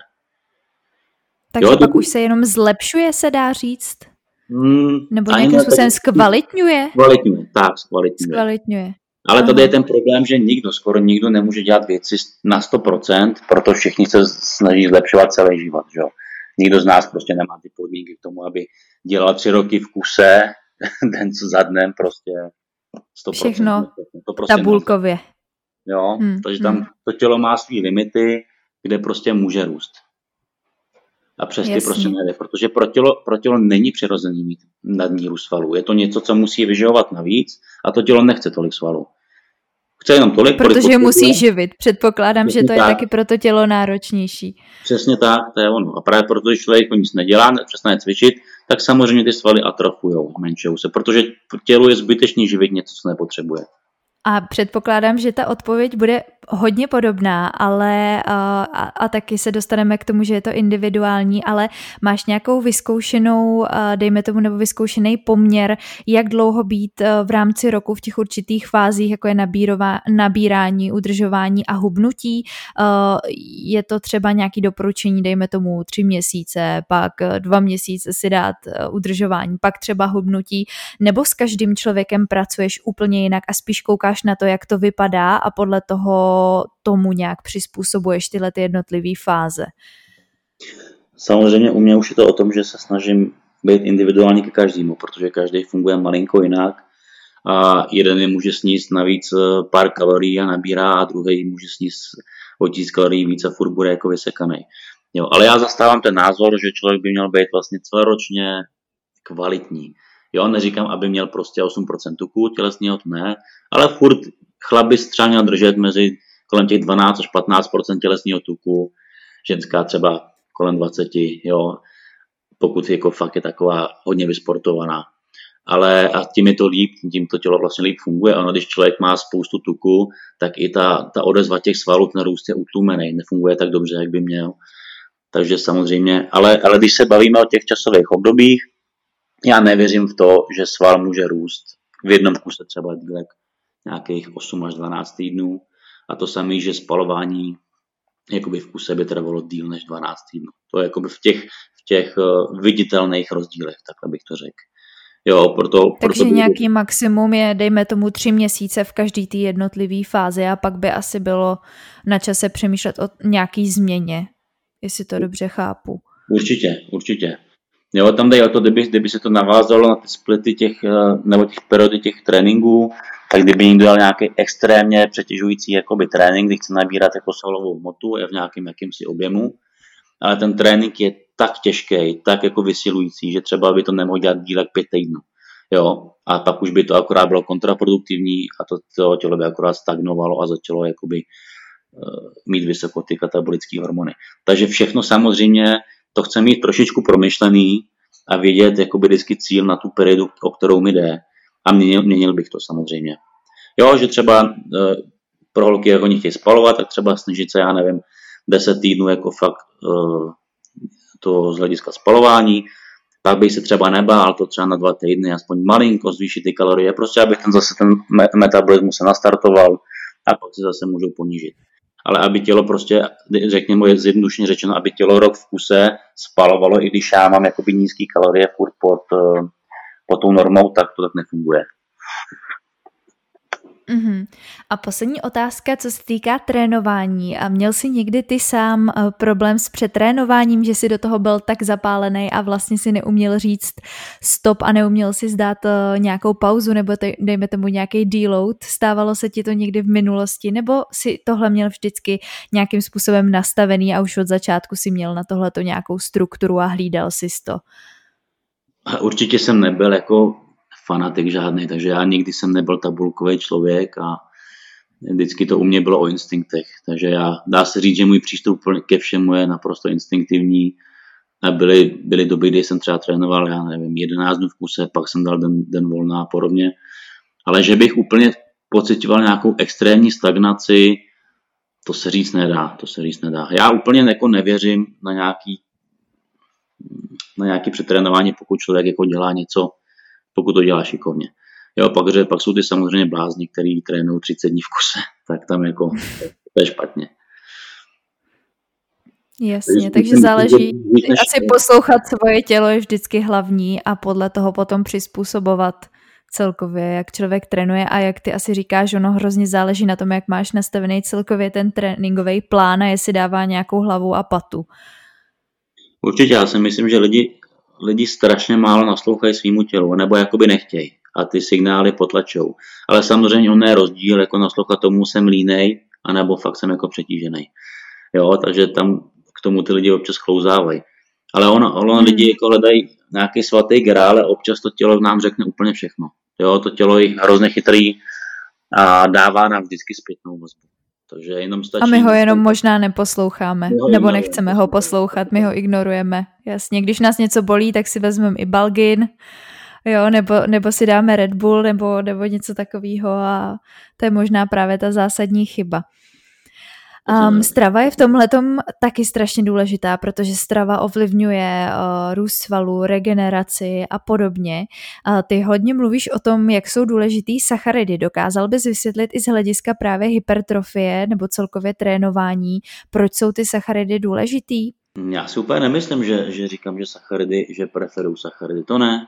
A: Takže pak už se jenom zlepšuje, se dá říct? Nebo nějakým způsobem zkvalitňuje? Zkvalitňuje.
B: Ale tady je ten problém, že skoro nikdo nemůže dělat věci na 100%, proto všichni se snaží zlepšovat celý život. Že? Nikdo z nás prostě nemá ty podmínky k tomu, aby dělal 3 roky v kuse, den co za dnem prostě 100%.
A: Všechno
B: to prostě
A: tabulkově.
B: Jo, takže tam to tělo má svý limity, kde prostě může růst. A přes ty prostě nejde, protože pro tělo není přirozený mít nadmíru svalů. Je to něco, co musí vyživovat navíc a to tělo nechce tolik svalů. Chce jenom tolik,
A: protože musí živit. Předpokládám, že to je taky pro to tělo náročnější.
B: Přesně tak, to je ono. A právě proto, když člověk nic nedělá, přestane cvičit, tak samozřejmě ty svaly atrofujou, menšujou se, protože tělu je zbytečný živit něco, co nepotřebuje.
A: A předpokládám, že ta odpověď bude hodně podobná, ale a taky se dostaneme k tomu, že je to individuální, ale máš nějakou vyzkoušenou, dejme tomu, nebo vyzkoušený poměr, jak dlouho být v rámci roku v těch určitých fázích, jako je nabírání, udržování a hubnutí. Je to třeba nějaké doporučení, dejme tomu 3 měsíce, pak 2 měsíce si dát udržování, pak třeba hubnutí, nebo s každým člověkem pracuješ úplně jinak a spíš koukáš na to, jak to vypadá a podle toho tomu nějak přizpůsobuješ tyhle ty jednotlivé fáze?
B: Samozřejmě u mě už je to o tom, že se snažím být individuální ke každému, protože každý funguje malinko jinak a jeden je může sníst navíc pár kalorií a nabírá a druhý může sníst o 1000 kalorií víc a furt bude jako vysekaný. Jo, ale já zastávám ten názor, že člověk by měl být vlastně celoročně kvalitní. Jo, neříkám, aby měl prostě 8% tuku tělesného, to ne, ale furt chlap by třeba měl držet mezi kolem těch 12 až 15% tělesného tuku, ženská třeba kolem 20, jo, pokud jako fakt je taková hodně vysportovaná. Ale a tím je to líp, tím to tělo vlastně líp funguje. Ano, když člověk má spoustu tuku, tak i ta odezva těch svalů, ten růst je utlumený, nefunguje tak dobře, jak by měl. Takže samozřejmě, ale když se bavíme o těch časových obdobích, já nevěřím v to, že sval může růst v jednom kuse třeba dílek nějakých 8 až 12 týdnů a to samé, že spalování jakoby v kuse by trvalo díl než 12 týdnů. To je jakoby v těch viditelných rozdílech, takhle bych to řekl. Jo,
A: Takže nějaký maximum je, dejme tomu 3 měsíce v každý té jednotlivé fázi a pak by asi bylo na čase přemýšlet o nějaký změně, jestli to dobře chápu.
B: Určitě. Jo, tam jde o to, kdyby se to navázalo na ty splity nebo těch periody těch tréninků, tak kdyby někdo dal nějaký extrémně přetěžující jakoby trénink, kdy chce nabírat jako svalovou hmotu, je v nějakém jakýmsi objemu, ale ten trénink je tak těžký, tak jako vysilující, že třeba by to nemohl dělat dílek 5 týdnů. Jo, a pak už by to akorát bylo kontraproduktivní a to tělo by akorát stagnovalo a začalo jakoby mít vysoko ty katabolické hormony. Takže všechno samozřejmě to chce mít trošičku promyšlený a vědět jakoby vždycky cíl na tu periodu, o kterou mi jde. A měnil bych to samozřejmě. Jo, že třeba pro holky, jak oni chtějí spalovat, tak třeba snažit se, 10 týdnů jako fakt to z hlediska spalování, pak bych se třeba nebál to třeba na 2 týdny, aspoň malinko zvýšit ty kalorie, prostě abych ten metabolismus se nastartoval a pak se zase můžou ponížit. Ale aby tělo prostě, řekněme zjednodušeně řečeno, aby tělo rok v kuse spalovalo, i když já mám jakoby nízký kalorie furt pod tou normou, tak to tak nefunguje.
A: Uhum. A poslední otázka, co se týká trénování. A měl jsi někdy ty sám problém s přetrénováním, že jsi do toho byl tak zapálený a vlastně si neuměl říct stop a neuměl si zdát nějakou pauzu nebo dejme tomu nějaký deload? Stávalo se ti to někdy v minulosti nebo si tohle měl vždycky nějakým způsobem nastavený a už od začátku si měl na tohleto nějakou strukturu a hlídal si to?
B: Určitě jsem nebyl jako fanatik žádný, takže já nikdy jsem nebyl tabulkový člověk a vždycky to u mě bylo o instinktech, takže dá se říct, že můj přístup ke všemu je naprosto instinktivní a byly doby, kdy jsem třeba trénoval, 11 dnů v kuse, pak jsem dal den volna a podobně, ale že bych úplně pocitoval nějakou extrémní stagnaci, to se říct nedá. Já úplně jako nevěřím na nějaký přetrénování, pokud člověk jako dělá něco, pokud to dělá šikovně. Jo, pak jsou ty samozřejmě blázni, který trénují 30 dní v kuse, tak tam jako to je špatně.
A: Jasně, takže záleží, asi poslouchat svoje tělo je vždycky hlavní a podle toho potom přizpůsobovat celkově, jak člověk trénuje a jak ty asi říkáš, ono hrozně záleží na tom, jak máš nastavený celkově ten tréninkový plán a jestli dává nějakou hlavu a patu.
B: Určitě, já si myslím, že lidi strašně málo naslouchají svýmu tělu, nebo jakoby nechtějí a ty signály potlačou. Ale samozřejmě on je rozdíl, jako naslouchat tomu jsem línej, anebo fakt jsem jako přetížený. Jo, takže tam k tomu ty lidi občas klouzávají. Ale ono lidi jako hledají nějaký svatý grál, ale občas to tělo nám řekne úplně všechno. Jo, to tělo je hrozně chytrý a dává nám vždycky zpětnou vazbu. Takže jenom stačí.
A: A my ho jenom možná neposloucháme, nebo nechceme ho poslouchat, my ho ignorujeme. Jasně, když nás něco bolí, tak si vezmeme i Balgin Jo, nebo si dáme Red Bull nebo něco takového a to je možná právě ta zásadní chyba. Strava je v tomhletom taky strašně důležitá, protože strava ovlivňuje růst svalů, regeneraci a podobně. Ty hodně mluvíš o tom, jak jsou důležitý sacharidy. Dokázal bys vysvětlit i z hlediska právě hypertrofie nebo celkově trénování, proč jsou ty sacharidy důležitý?
B: Já si úplně nemyslím, že říkám, že sacharidy, že preferuju sacharidy. To ne.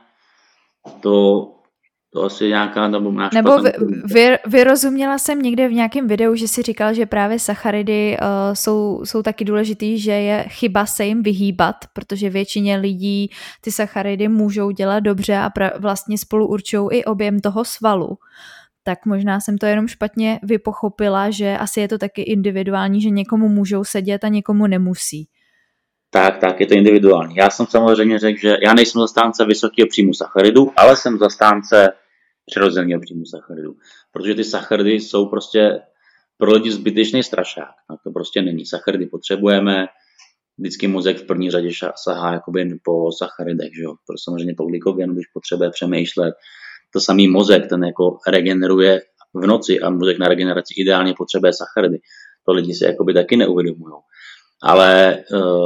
B: To asi nějaká
A: nebo vyrozuměla jsem někde v nějakém videu, že si říkal, že právě sacharidy jsou taky důležitý, že je chyba se jim vyhýbat, protože většině lidí ty sacharidy můžou dělat dobře a vlastně spolu určují i objem toho svalu. Tak možná jsem to jenom špatně vypochopila, že asi je to taky individuální, že někomu můžou sedět a někomu nemusí.
B: Tak, je to individuální. Já jsem samozřejmě řekl, že já nejsem zastánce vysokého příjmu sacharidů, ale jsem zastánce přirozeného příjmu sacharidů. Protože ty sacharidy jsou prostě pro lidi zbytečný strašák. No, to prostě není. Sacharidy potřebujeme, vždycky mozek v první řadě sahá jakoby po sacharidech, že jo. Protože samozřejmě po glykogenu, když potřebuje přemýšlet, to samý mozek, ten jako regeneruje v noci a mozek na regeneraci ideálně potřebuje sacharidy. To lidi si jakoby taky neuvědomují. Ale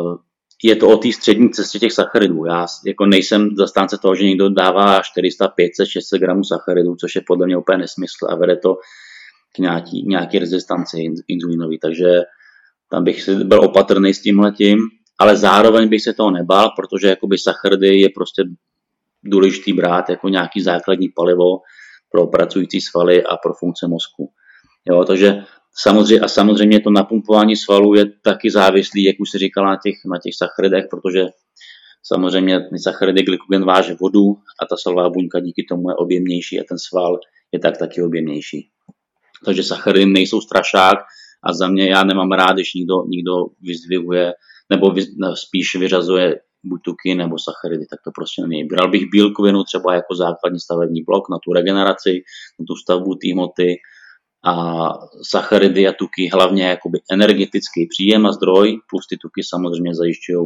B: je to o té střední cestě těch sacharidů. Já jako nejsem zastánce toho, že někdo dává 400, 500, 600 gramů sacharidů, což je podle mě úplně nesmysl a vede to k nějaký rezistanci inzulinový. Takže tam bych si byl opatrný s tímhletím, ale zároveň bych se toho nebál, protože jakoby sacharidy je prostě důležitý brát jako nějaký základní palivo pro pracující svaly a pro funkce mozku. Jo, takže samozřejmě to napumpování svalů je taky závislý, jak už se říkal, na těch sacharidech, protože samozřejmě sacharidy glykogen váže vodu a ta svalová buňka díky tomu je objemnější a ten sval je taky objemnější. Takže sacharidy nejsou strašák a za mě já nemám rád, když někdo vyzdvihuje nebo spíš vyřazuje buď tuky nebo sacharidy, tak to prostě není. Bral bych bílkovinu třeba jako základní stavební blok na tu regeneraci, na tu stavbu té hmoty, a sacharidy a tuky hlavně jakoby energetický příjem a zdroj, plus ty tuky samozřejmě zajišťují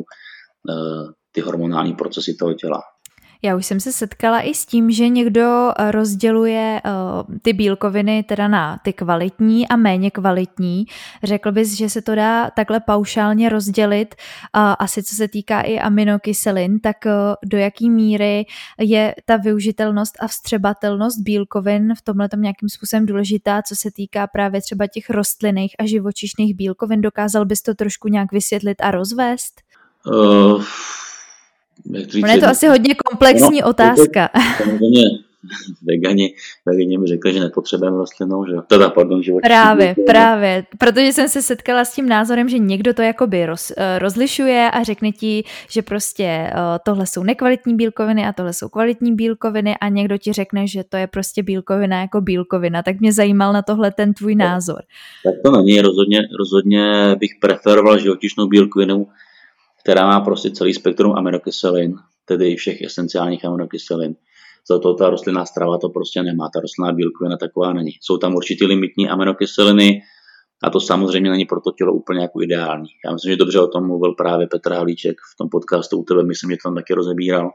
B: ty hormonální procesy toho těla.
A: Já už jsem se setkala i s tím, že někdo rozděluje ty bílkoviny teda na ty kvalitní a méně kvalitní. Řekl bys, že se to dá takhle paušálně rozdělit, asi co se týká i aminokyselin, tak do jaký míry je ta využitelnost a vstřebatelnost bílkovin v tomhletom nějakým způsobem důležitá, co se týká právě třeba těch rostlinných a živočišných bílkovin. Dokázal bys to trošku nějak vysvětlit a rozvést? Je to asi hodně komplexní otázka.
B: Samozřejmě vegani mi řekli, že nepotřebujeme rostlinnou, že
A: Právě, protože jsem se setkala s tím názorem, že někdo to jakoby rozlišuje a řekne ti, že prostě tohle jsou nekvalitní bílkoviny a tohle jsou kvalitní bílkoviny a někdo ti řekne, že to je prostě bílkovina jako bílkovina. Tak mě zajímal na tohle ten tvůj názor.
B: Tak to není, rozhodně bych preferoval živočišnou bílkovinu, která má prostě celý spektrum aminokyselin, tedy všech esenciálních aminokyselin. Za to ta rostlinná strava to prostě nemá, ta rostlinná bílkovina taková není. Jsou tam určitý limitní aminokyseliny a to samozřejmě není pro to tělo úplně jako ideální. Já myslím, že dobře o tom mluvil právě Petr Halíček v tom podcastu u tebe, myslím, že to tam taky rozebíral.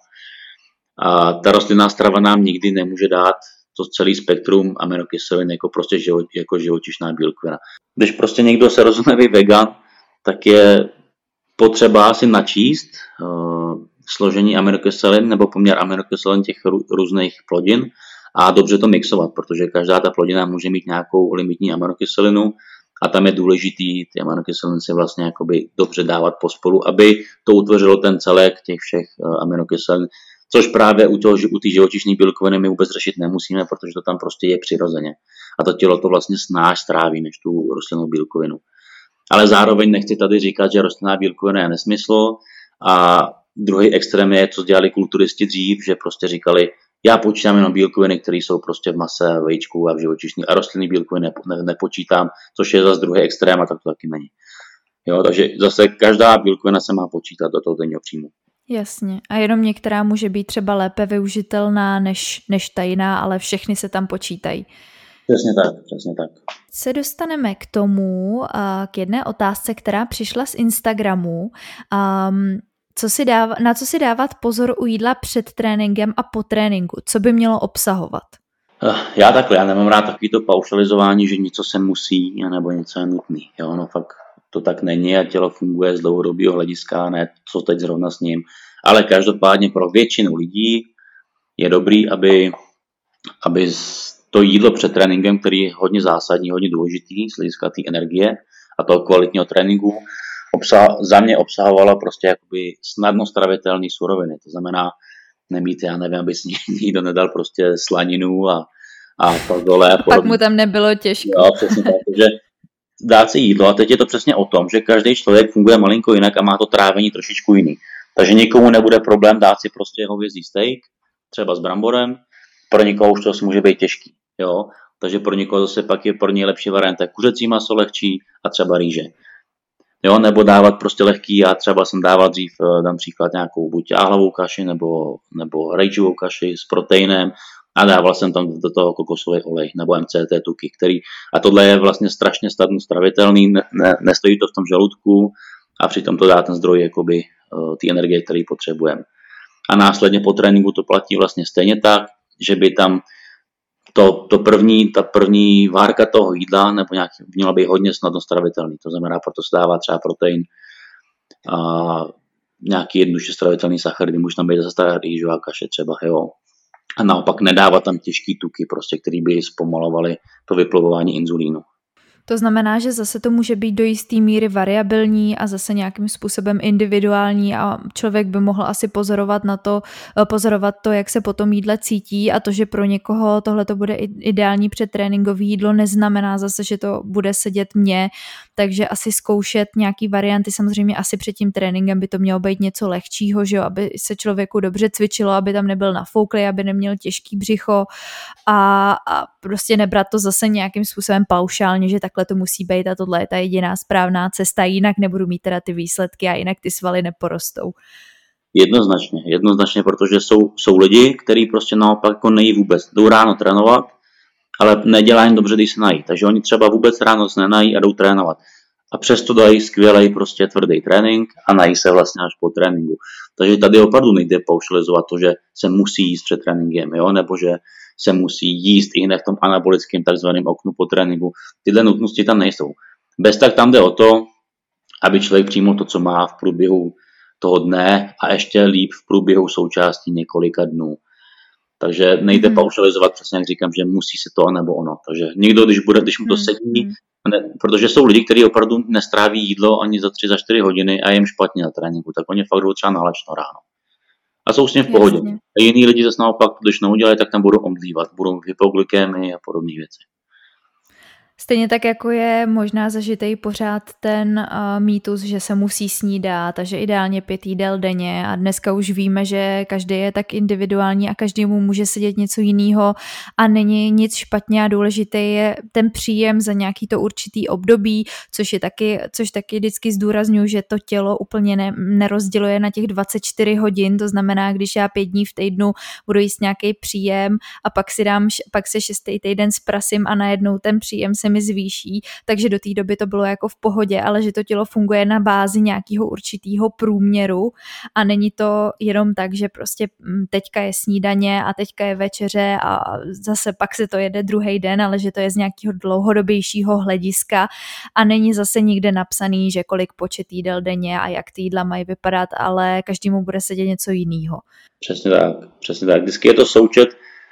B: A ta rostlinná strava nám nikdy nemůže dát to celý spektrum aminokyselin jako prostě jako živočišná bílkovina. Když prostě někdo se rozhodne být vegan, tak je potřeba si načíst složení aminokyselin nebo poměr aminokyselin těch různých plodin a dobře to mixovat, protože každá ta plodina může mít nějakou limitní aminokyselinu a tam je důležitý ty aminokyseliny si vlastně jakoby dobře dávat pospolu, aby to utvořilo ten celek těch všech aminokyselin, což právě u té živočišné bílkoviny my vůbec řešit nemusíme, protože to tam prostě je přirozeně a to tělo to vlastně snáš stráví než tu rostlinnou bílkovinu. Ale zároveň nechci tady říkat, že rostlinná bílkovina je nesmysl a druhý extrém je, co dělali kulturisti dřív, že prostě říkali, já počítám jenom bílkoviny, které jsou prostě v mase, vajíčku a v živočišní a rostlinný bílkoviny nepočítám, což je zase druhý extrém a tak to taky není. Jo, takže zase každá bílkovina se má počítat do toho denního příjmu.
A: Jasně. A jenom některá může být třeba lépe využitelná než ta jiná, ale všechny se tam počítají.
B: Přesně tak.
A: Se dostaneme k tomu, k jedné otázce, která přišla z Instagramu. Na co si dávat pozor u jídla před tréninkem a po tréninku? Co by mělo obsahovat?
B: Já nemám rád takovýto paušalizování, že něco se musí, nebo něco je nutný. Jo, no fakt to tak není a tělo funguje z dlouhodobého hlediska, ne co teď zrovna s ním. Ale každopádně pro většinu lidí je dobrý, aby to jídlo před tréninkem, který je hodně zásadní, hodně důležitý z hlediska té energie a toho kvalitního tréninku, za mě obsahovalo prostě jakoby snadno stravitelné suroviny. To znamená nemít, já nevím, aby si nikdo nedal prostě slaninu a pak dole. A
A: pak mu tam nebylo těžko.
B: Jo, přesně tak, takže dát si jídlo a teď je to přesně o tom, že každý člověk funguje malinko jinak a má to trávení trošičku jiný. Takže nikomu nebude problém dát si prostě hovězí steak, třeba s bramborem, pro někoho už to může být těžký, jo. Takže pro někoho zase pak je pro něj lepší varianta kuřecí maso lehčí a třeba rýže. Jo, nebo dávat prostě lehký, já třeba jsem dával dřív, dám příklad nějakou buď jáhlovou kaši nebo rejčovou kaši s proteinem a dával jsem tam do toho kokosový olej nebo MCT tuky, a tohle je vlastně strašně snadno stravitelný, nestojí to v tom žaludku a přitom to dá ten zdroj jakoby ty energie, který potřebujeme. A následně po tréninku to platí vlastně stejně tak, že by tam ta první várka toho jídla nebo měla být hodně snadno stravitelný. To znamená, proto se dává třeba protein a nějaký jednoduše stravitelný sacharidy, může tam být zase ta rýžová kaše třeba, jo. A naopak nedávat tam těžký tuky, prostě, který by zpomalovaly to vyplovování inzulínu.
A: To znamená, že zase to může být do jisté míry variabilní a zase nějakým způsobem individuální a člověk by mohl asi pozorovat to, jak se po tom jídle cítí a to, že pro někoho tohle to bude ideální předtréninkové jídlo, neznamená zase, že to bude sedět mně, takže asi zkoušet nějaký varianty, samozřejmě asi před tím tréninkem by to mělo být něco lehčího, že jo, aby se člověku dobře cvičilo, aby tam nebyl nafouklý, aby neměl těžký břicho a prostě nebrat to zase nějakým způsobem paušálně, že takhle to musí být a tohle je ta jediná správná cesta, jinak nebudu mít teda ty výsledky a jinak ty svaly neporostou.
B: Jednoznačně, protože jsou lidi, kteří prostě naopak jako nejí vůbec. Jdou ráno trénovat, ale nedělá jim dobře, když se nají. Takže oni třeba vůbec ráno se nenají a jdou trénovat. A přesto dají skvělej prostě tvrdý trénink a nají se vlastně až po tréninku. Takže tady opravdu nejde paušalizovat to, že se musí jíst před tréninkem, jo? Nebo že se musí jíst i hned v tom anabolickém takzvaném oknu po tréninku. Tyhle nutnosti tam nejsou. Bez tak tam jde o to, aby člověk přijmul to, co má v průběhu toho dne a ještě líp v průběhu součástí několika dnů. Takže nejde paušalizovat, přesně jak říkám, že musí se to nebo ono. Takže někdo, když mu to sedí, protože jsou lidi, kteří opravdu nestráví jídlo ani za 3-4 hodiny a jim špatně na tréninku, tak oni fakt jdou třeba na lačno ráno. A jsou s tím v pohodě. Jasně. A jiní lidi zase naopak, když neudělají, tak tam budou omdlívat, budou hypoglykémie a podobné věci.
A: Stejně tak, jako je možná zažitej pořád ten mýtus, že se musí snídat a že ideálně 5 jídel denně a dneska už víme, že každý je tak individuální a každému může sedět něco jiného a není nic špatně a důležitý je ten příjem za nějaký to určitý období, což taky vždycky zdůrazňuji, že to tělo úplně nerozděluje na těch 24 hodin, to znamená, když já 5 dní v týdnu budu jíst nějaký příjem a pak se 6. týden zprasím a najednou ten příjem se mi zvýší, takže do té doby to bylo jako v pohodě, ale že to tělo funguje na bázi nějakého určitého průměru a není to jenom tak, že prostě teďka je snídaně a teďka je večeře a zase pak se to jede druhý den, ale že to je z nějakého dlouhodobějšího hlediska a není zase nikde napsaný, že kolik počet jídel denně a jak ty jídla mají vypadat, ale každému bude sedět něco jiného.
B: Přesně tak. Vždycky je to součet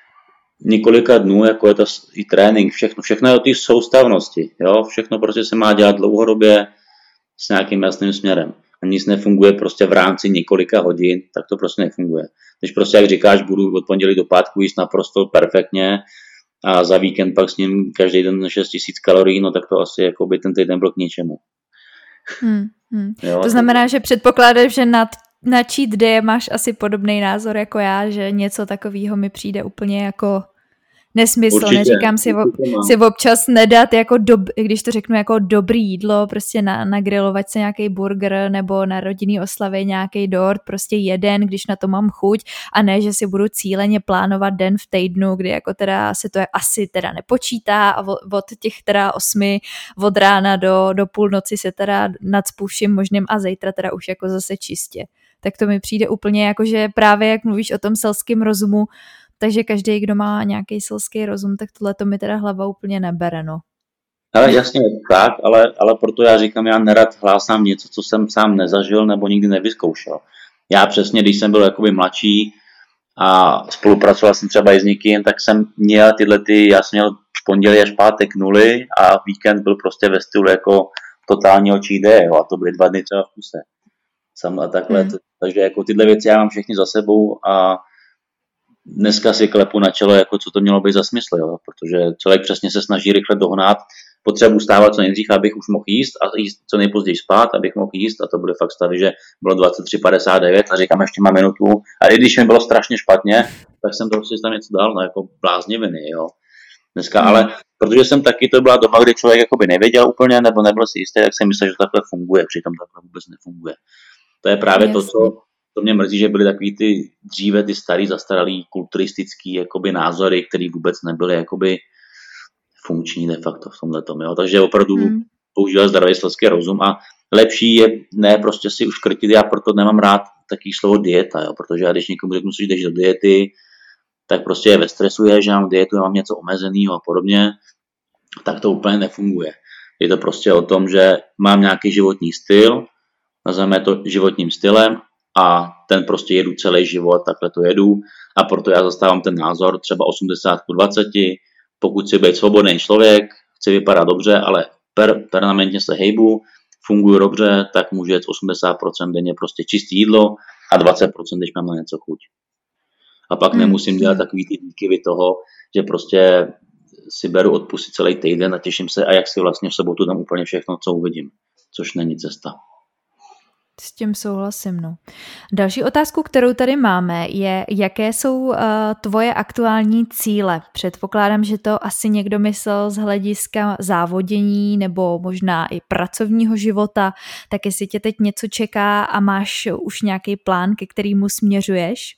B: několika dnů, jako je to i trénink, všechno je o té soustavnosti, jo? Všechno prostě se má dělat dlouhodobě s nějakým jasným směrem. A nic nefunguje prostě v rámci několika hodin, tak to prostě nefunguje. Když prostě, jak říkáš, budu od pondělí do pátku jíst naprosto perfektně a za víkend pak s ním každý den 6000 kalorií, no tak to asi jako by ten týden byl k ničemu.
A: Jo, to znamená, že předpokládáš, že na cheat day máš asi podobný názor jako já, že něco takového mi přijde úplně jako nesmysl. Určitě, neříkám si občas nedat, jako když to řeknu, jako dobrý jídlo, prostě nagrilovat se nějaký burger nebo na rodinný oslavě nějaký dort, prostě jeden, když na to mám chuť a ne, že si budu cíleně plánovat den v týdnu, kdy jako teda se to asi teda nepočítá a od těch teda 8 od rána do půlnoci se teda nacpu vším možným a zítra teda už jako zase čistě. Tak to mi přijde úplně jako, že právě jak mluvíš o tom selském rozumu, takže každý, kdo má nějaký selský rozum, tak tohle to mi teda hlava úplně nebere, no.
B: Ale jasně tak, ale proto já říkám, já nerad hlásám něco, co jsem sám nezažil nebo nikdy nevyzkoušel. Já přesně, když jsem byl jakoby mladší a spolupracoval jsem třeba i s někým, tak jsem měl já jsem měl pondělí až pátek nuly a víkend byl prostě ve stylu jako totálního cheat day, jo, a to byly 2 dny třeba v kuse. Sam a takhle, takže jako tyhle věci já mám všechny za sebou a dneska si klepu na čelo, jako co to mělo být za smysl, jo? Protože člověk přesně se snaží rychle dohnat, potřebuji stávat co nejdřív, abych už mohl jíst a jíst co nejpozději spát, abych mohl jíst a to bude fakt stavy, že bylo 23:59 a říkám, ještě mám minutu a i když mi bylo strašně špatně, tak jsem prostě tam něco dal, no jako blázniviny, jo. Dneska, ale protože jsem taky, to byla doba, kdy člověk jakoby nevěděl úplně nebo nebyl si jistý, tak jsem myslel, že takhle funguje, přitom takhle vůbec nefunguje. To je právě to, co mě mrzí, že byly takový ty dříve ty starý, zastaralý, kulturistický jakoby názory, které vůbec nebyly jakoby funkční de facto v tomhletom, jo. Takže opravdu používat zdravý selský rozum a lepší je ne prostě si uškrtit, já proto nemám rád taký slovo dieta, jo, protože já když někomu řeknu, že jdeš do diety, tak prostě je ve stresu, že mám dietu, já mám něco omezeného a podobně, tak to úplně nefunguje. Je to prostě o tom, že mám nějaký životní styl, nazveme to životním stylem a ten prostě jedu celý život, takhle to jedu a proto já zastávám ten názor třeba 80:20, pokud chci být svobodný člověk, chci vypadat dobře, ale permanentně se hejbu, funguji dobře, tak můžu jet 80% denně prostě čistý jídlo a 20%, když mám na něco chuť. A pak nemusím dělat takový ty výkyvy toho, že prostě si beru odpustit celý týden a těším se a jak si vlastně v sobotu dám úplně všechno, co uvidím, což není cesta.
A: S tím souhlasím, no. Další otázku, kterou tady máme, je, jaké jsou tvoje aktuální cíle? Předpokládám, že to asi někdo myslel z hlediska závodění nebo možná i pracovního života, tak jestli tě teď něco čeká a máš už nějaký plán, ke kterému směřuješ?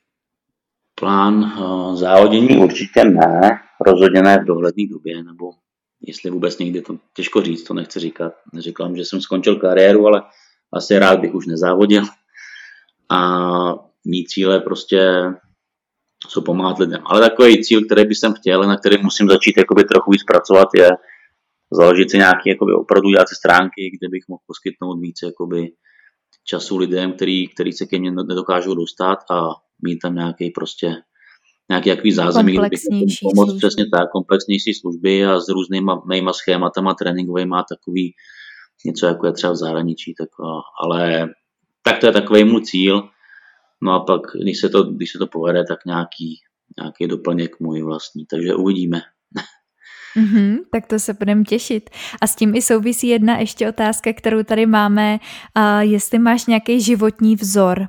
B: Plán závodění určitě ne, rozhodně ne v dohledné době, nebo jestli vůbec někdy, to těžko říct, to nechci říkat. Neříkám, že jsem skončil kariéru, ale asi rád bych už nezávodil. A mý cíle prostě jsou pomáhat lidem. Ale takový cíl, který bych jsem chtěl, na který musím začít jakoby trochu víc pracovat, je založit si nějaký jakoby opravdu dělat si stránky, kde bych mohl poskytnout víc jakoby času lidem, který se ke mně nedokážou dostat a mít tam nějaký prostě nějaký jaký zázemí, kde bych pomoct přesně tak, komplexnější služby a s různýma mýma schématama tréninkovýma takový něco jako je třeba v zahraničí, ale tak to je takový můj cíl. No a pak, když se to povede, tak nějaký doplněk můj vlastní. Takže uvidíme.
A: Tak to se budeme těšit. A s tím i souvisí jedna ještě otázka, kterou tady máme. Jestli máš nějaký životní vzor?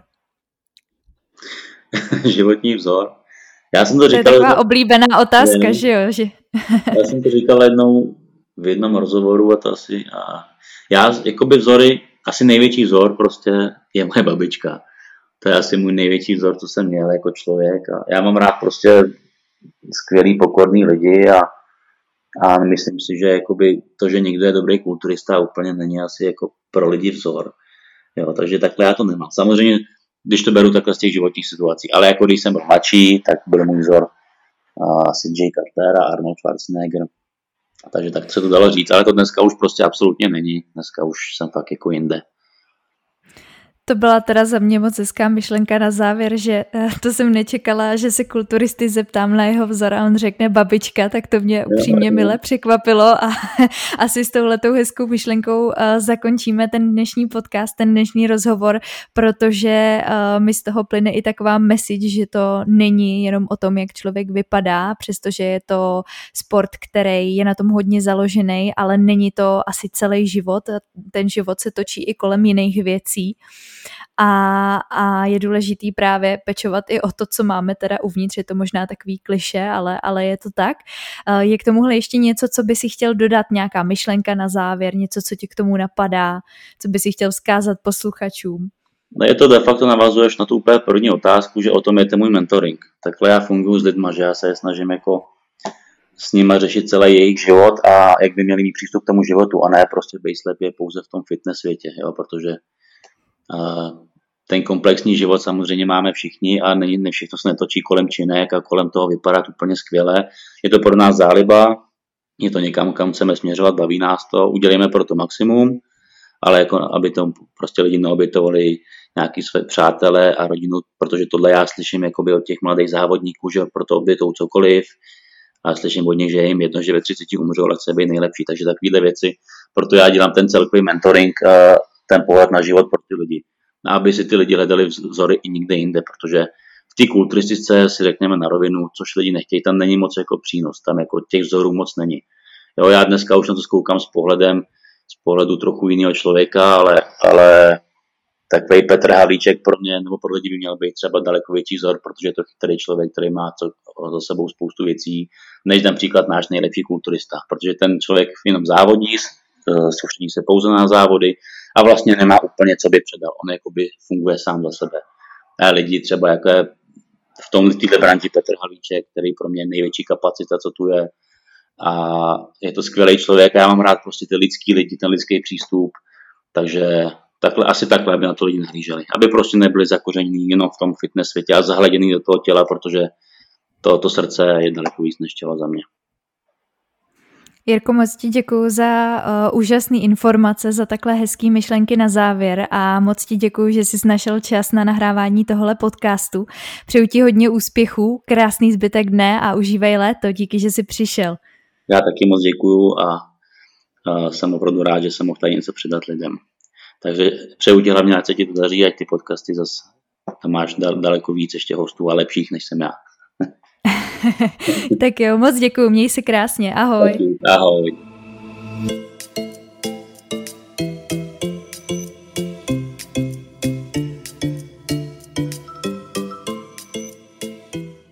B: Životní vzor? Já jsem to říkal...
A: To je taková oblíbená otázka, že jo? Že...
B: Já jsem to říkal jednou v jednom rozhovoru a to asi... Já jakoby vzory, asi největší vzor prostě je moje babička. To je asi můj největší vzor, co jsem měl jako člověk. A já mám rád prostě skvělý, pokorný lidi a myslím si, že jakoby to, že někdo je dobrý kulturista, úplně není asi jako pro lidi vzor. Jo, takže takhle já to nemám. Samozřejmě, když to beru takhle z těch životních situací, ale jako když jsem byl mladší, tak byl můj vzor asi Jay Carter a Arnold Schwarzenegger. Takže tak se to dalo říct, ale to dneska už prostě absolutně není. Dneska už jsem fakt jako jinde.
A: To byla teda za mě moc hezká myšlenka na závěr, že to jsem nečekala, že se kulturisty zeptám na jeho vzor a on řekne babička, tak to mě upřímně mile překvapilo a asi s touhletou hezkou myšlenkou zakončíme ten dnešní podcast, ten dnešní rozhovor, protože mi z toho plyne i taková message, že to není jenom o tom, jak člověk vypadá, přestože je to sport, který je na tom hodně založený, ale není to asi celý život, ten život se točí i kolem jiných věcí. A je důležitý právě pečovat i o to, co máme teda uvnitř, je to možná takový klišé, ale je to tak. Je k tomuhle ještě něco, co by si chtěl dodat, nějaká myšlenka na závěr, něco, co ti k tomu napadá, co by si chtěl vzkázat posluchačům?
B: No je to de facto navazuješ na tu úplně první otázku, že o tom je ten můj mentoring. Takhle já funguji s lidma, že já se snažím jako s nima řešit celý jejich život a jak by měli mít přístup k tomu životu a ne prostě být slepě pouze v tom fitness světě, jo, protože ten komplexní život samozřejmě máme všichni a ne všechno se netočí kolem činek a kolem toho vypadat úplně skvěle. Je to pro nás záliba, je to někam, kam chceme směřovat, baví nás to, udělejme pro to maximum, ale jako aby to prostě lidi neobětovali nějaký své přátelé a rodinu, protože tohle já slyším jakoby od těch mladých závodníků, že proto obětou cokoliv a slyším od nich, že je jim jedno, že ve 30 umřou, ale chce být nejlepší, takže takovéhle věci, proto já dělám ten celkový mentoring, ten pohled na život pro ty lidi. Aby si ty lidi hledali vzory i nikde jinde, protože v té kulturistice si řekněme na rovinu, což lidi nechtějí, tam není moc jako přínos, tam jako těch vzorů moc není. Jo, já dneska už na to zkoukám z pohledu trochu jiného člověka, ale takový Petr Havlíček pro mě nebo pro lidi by měl být třeba daleko větší vzor, protože je to chytrý člověk, který má za sebou spoustu věcí, než například náš nejlepší kulturista, protože ten člověk jenom závodí, soustředí se pouze na závody a vlastně nemá úplně, co by předal. On jakoby funguje sám za sebe. A lidi třeba jako je v této branži Petr Havlíček, který pro mě je největší kapacita, co tu je. A je to skvělý člověk a já mám rád prostě ty lidský lidi, ten lidský přístup. Takže asi takhle, aby na to lidi nahlíželi. Aby prostě nebyli zakořenění jenom v tom fitness světě a zahleděný do toho těla, protože to srdce je daleko víc než tělo za mě.
A: Jirko, moc ti děkuju za úžasné informace, za takhle hezký myšlenky na závěr a moc ti děkuju, že jsi našel čas na nahrávání tohle podcastu. Přeju ti hodně úspěchů, krásný zbytek dne a užívej léto. Díky, že jsi přišel.
B: Já taky moc děkuju a jsem opravdu rád, že jsem mohl tady něco předat lidem. Takže přeju ti hlavně, ať se ti to daří, ať ty podcasty zase tam máš daleko víc ještě hostů a lepších, než jsem já.
A: Tak jo, moc děkuju, měj se krásně, ahoj.
B: Ahoj.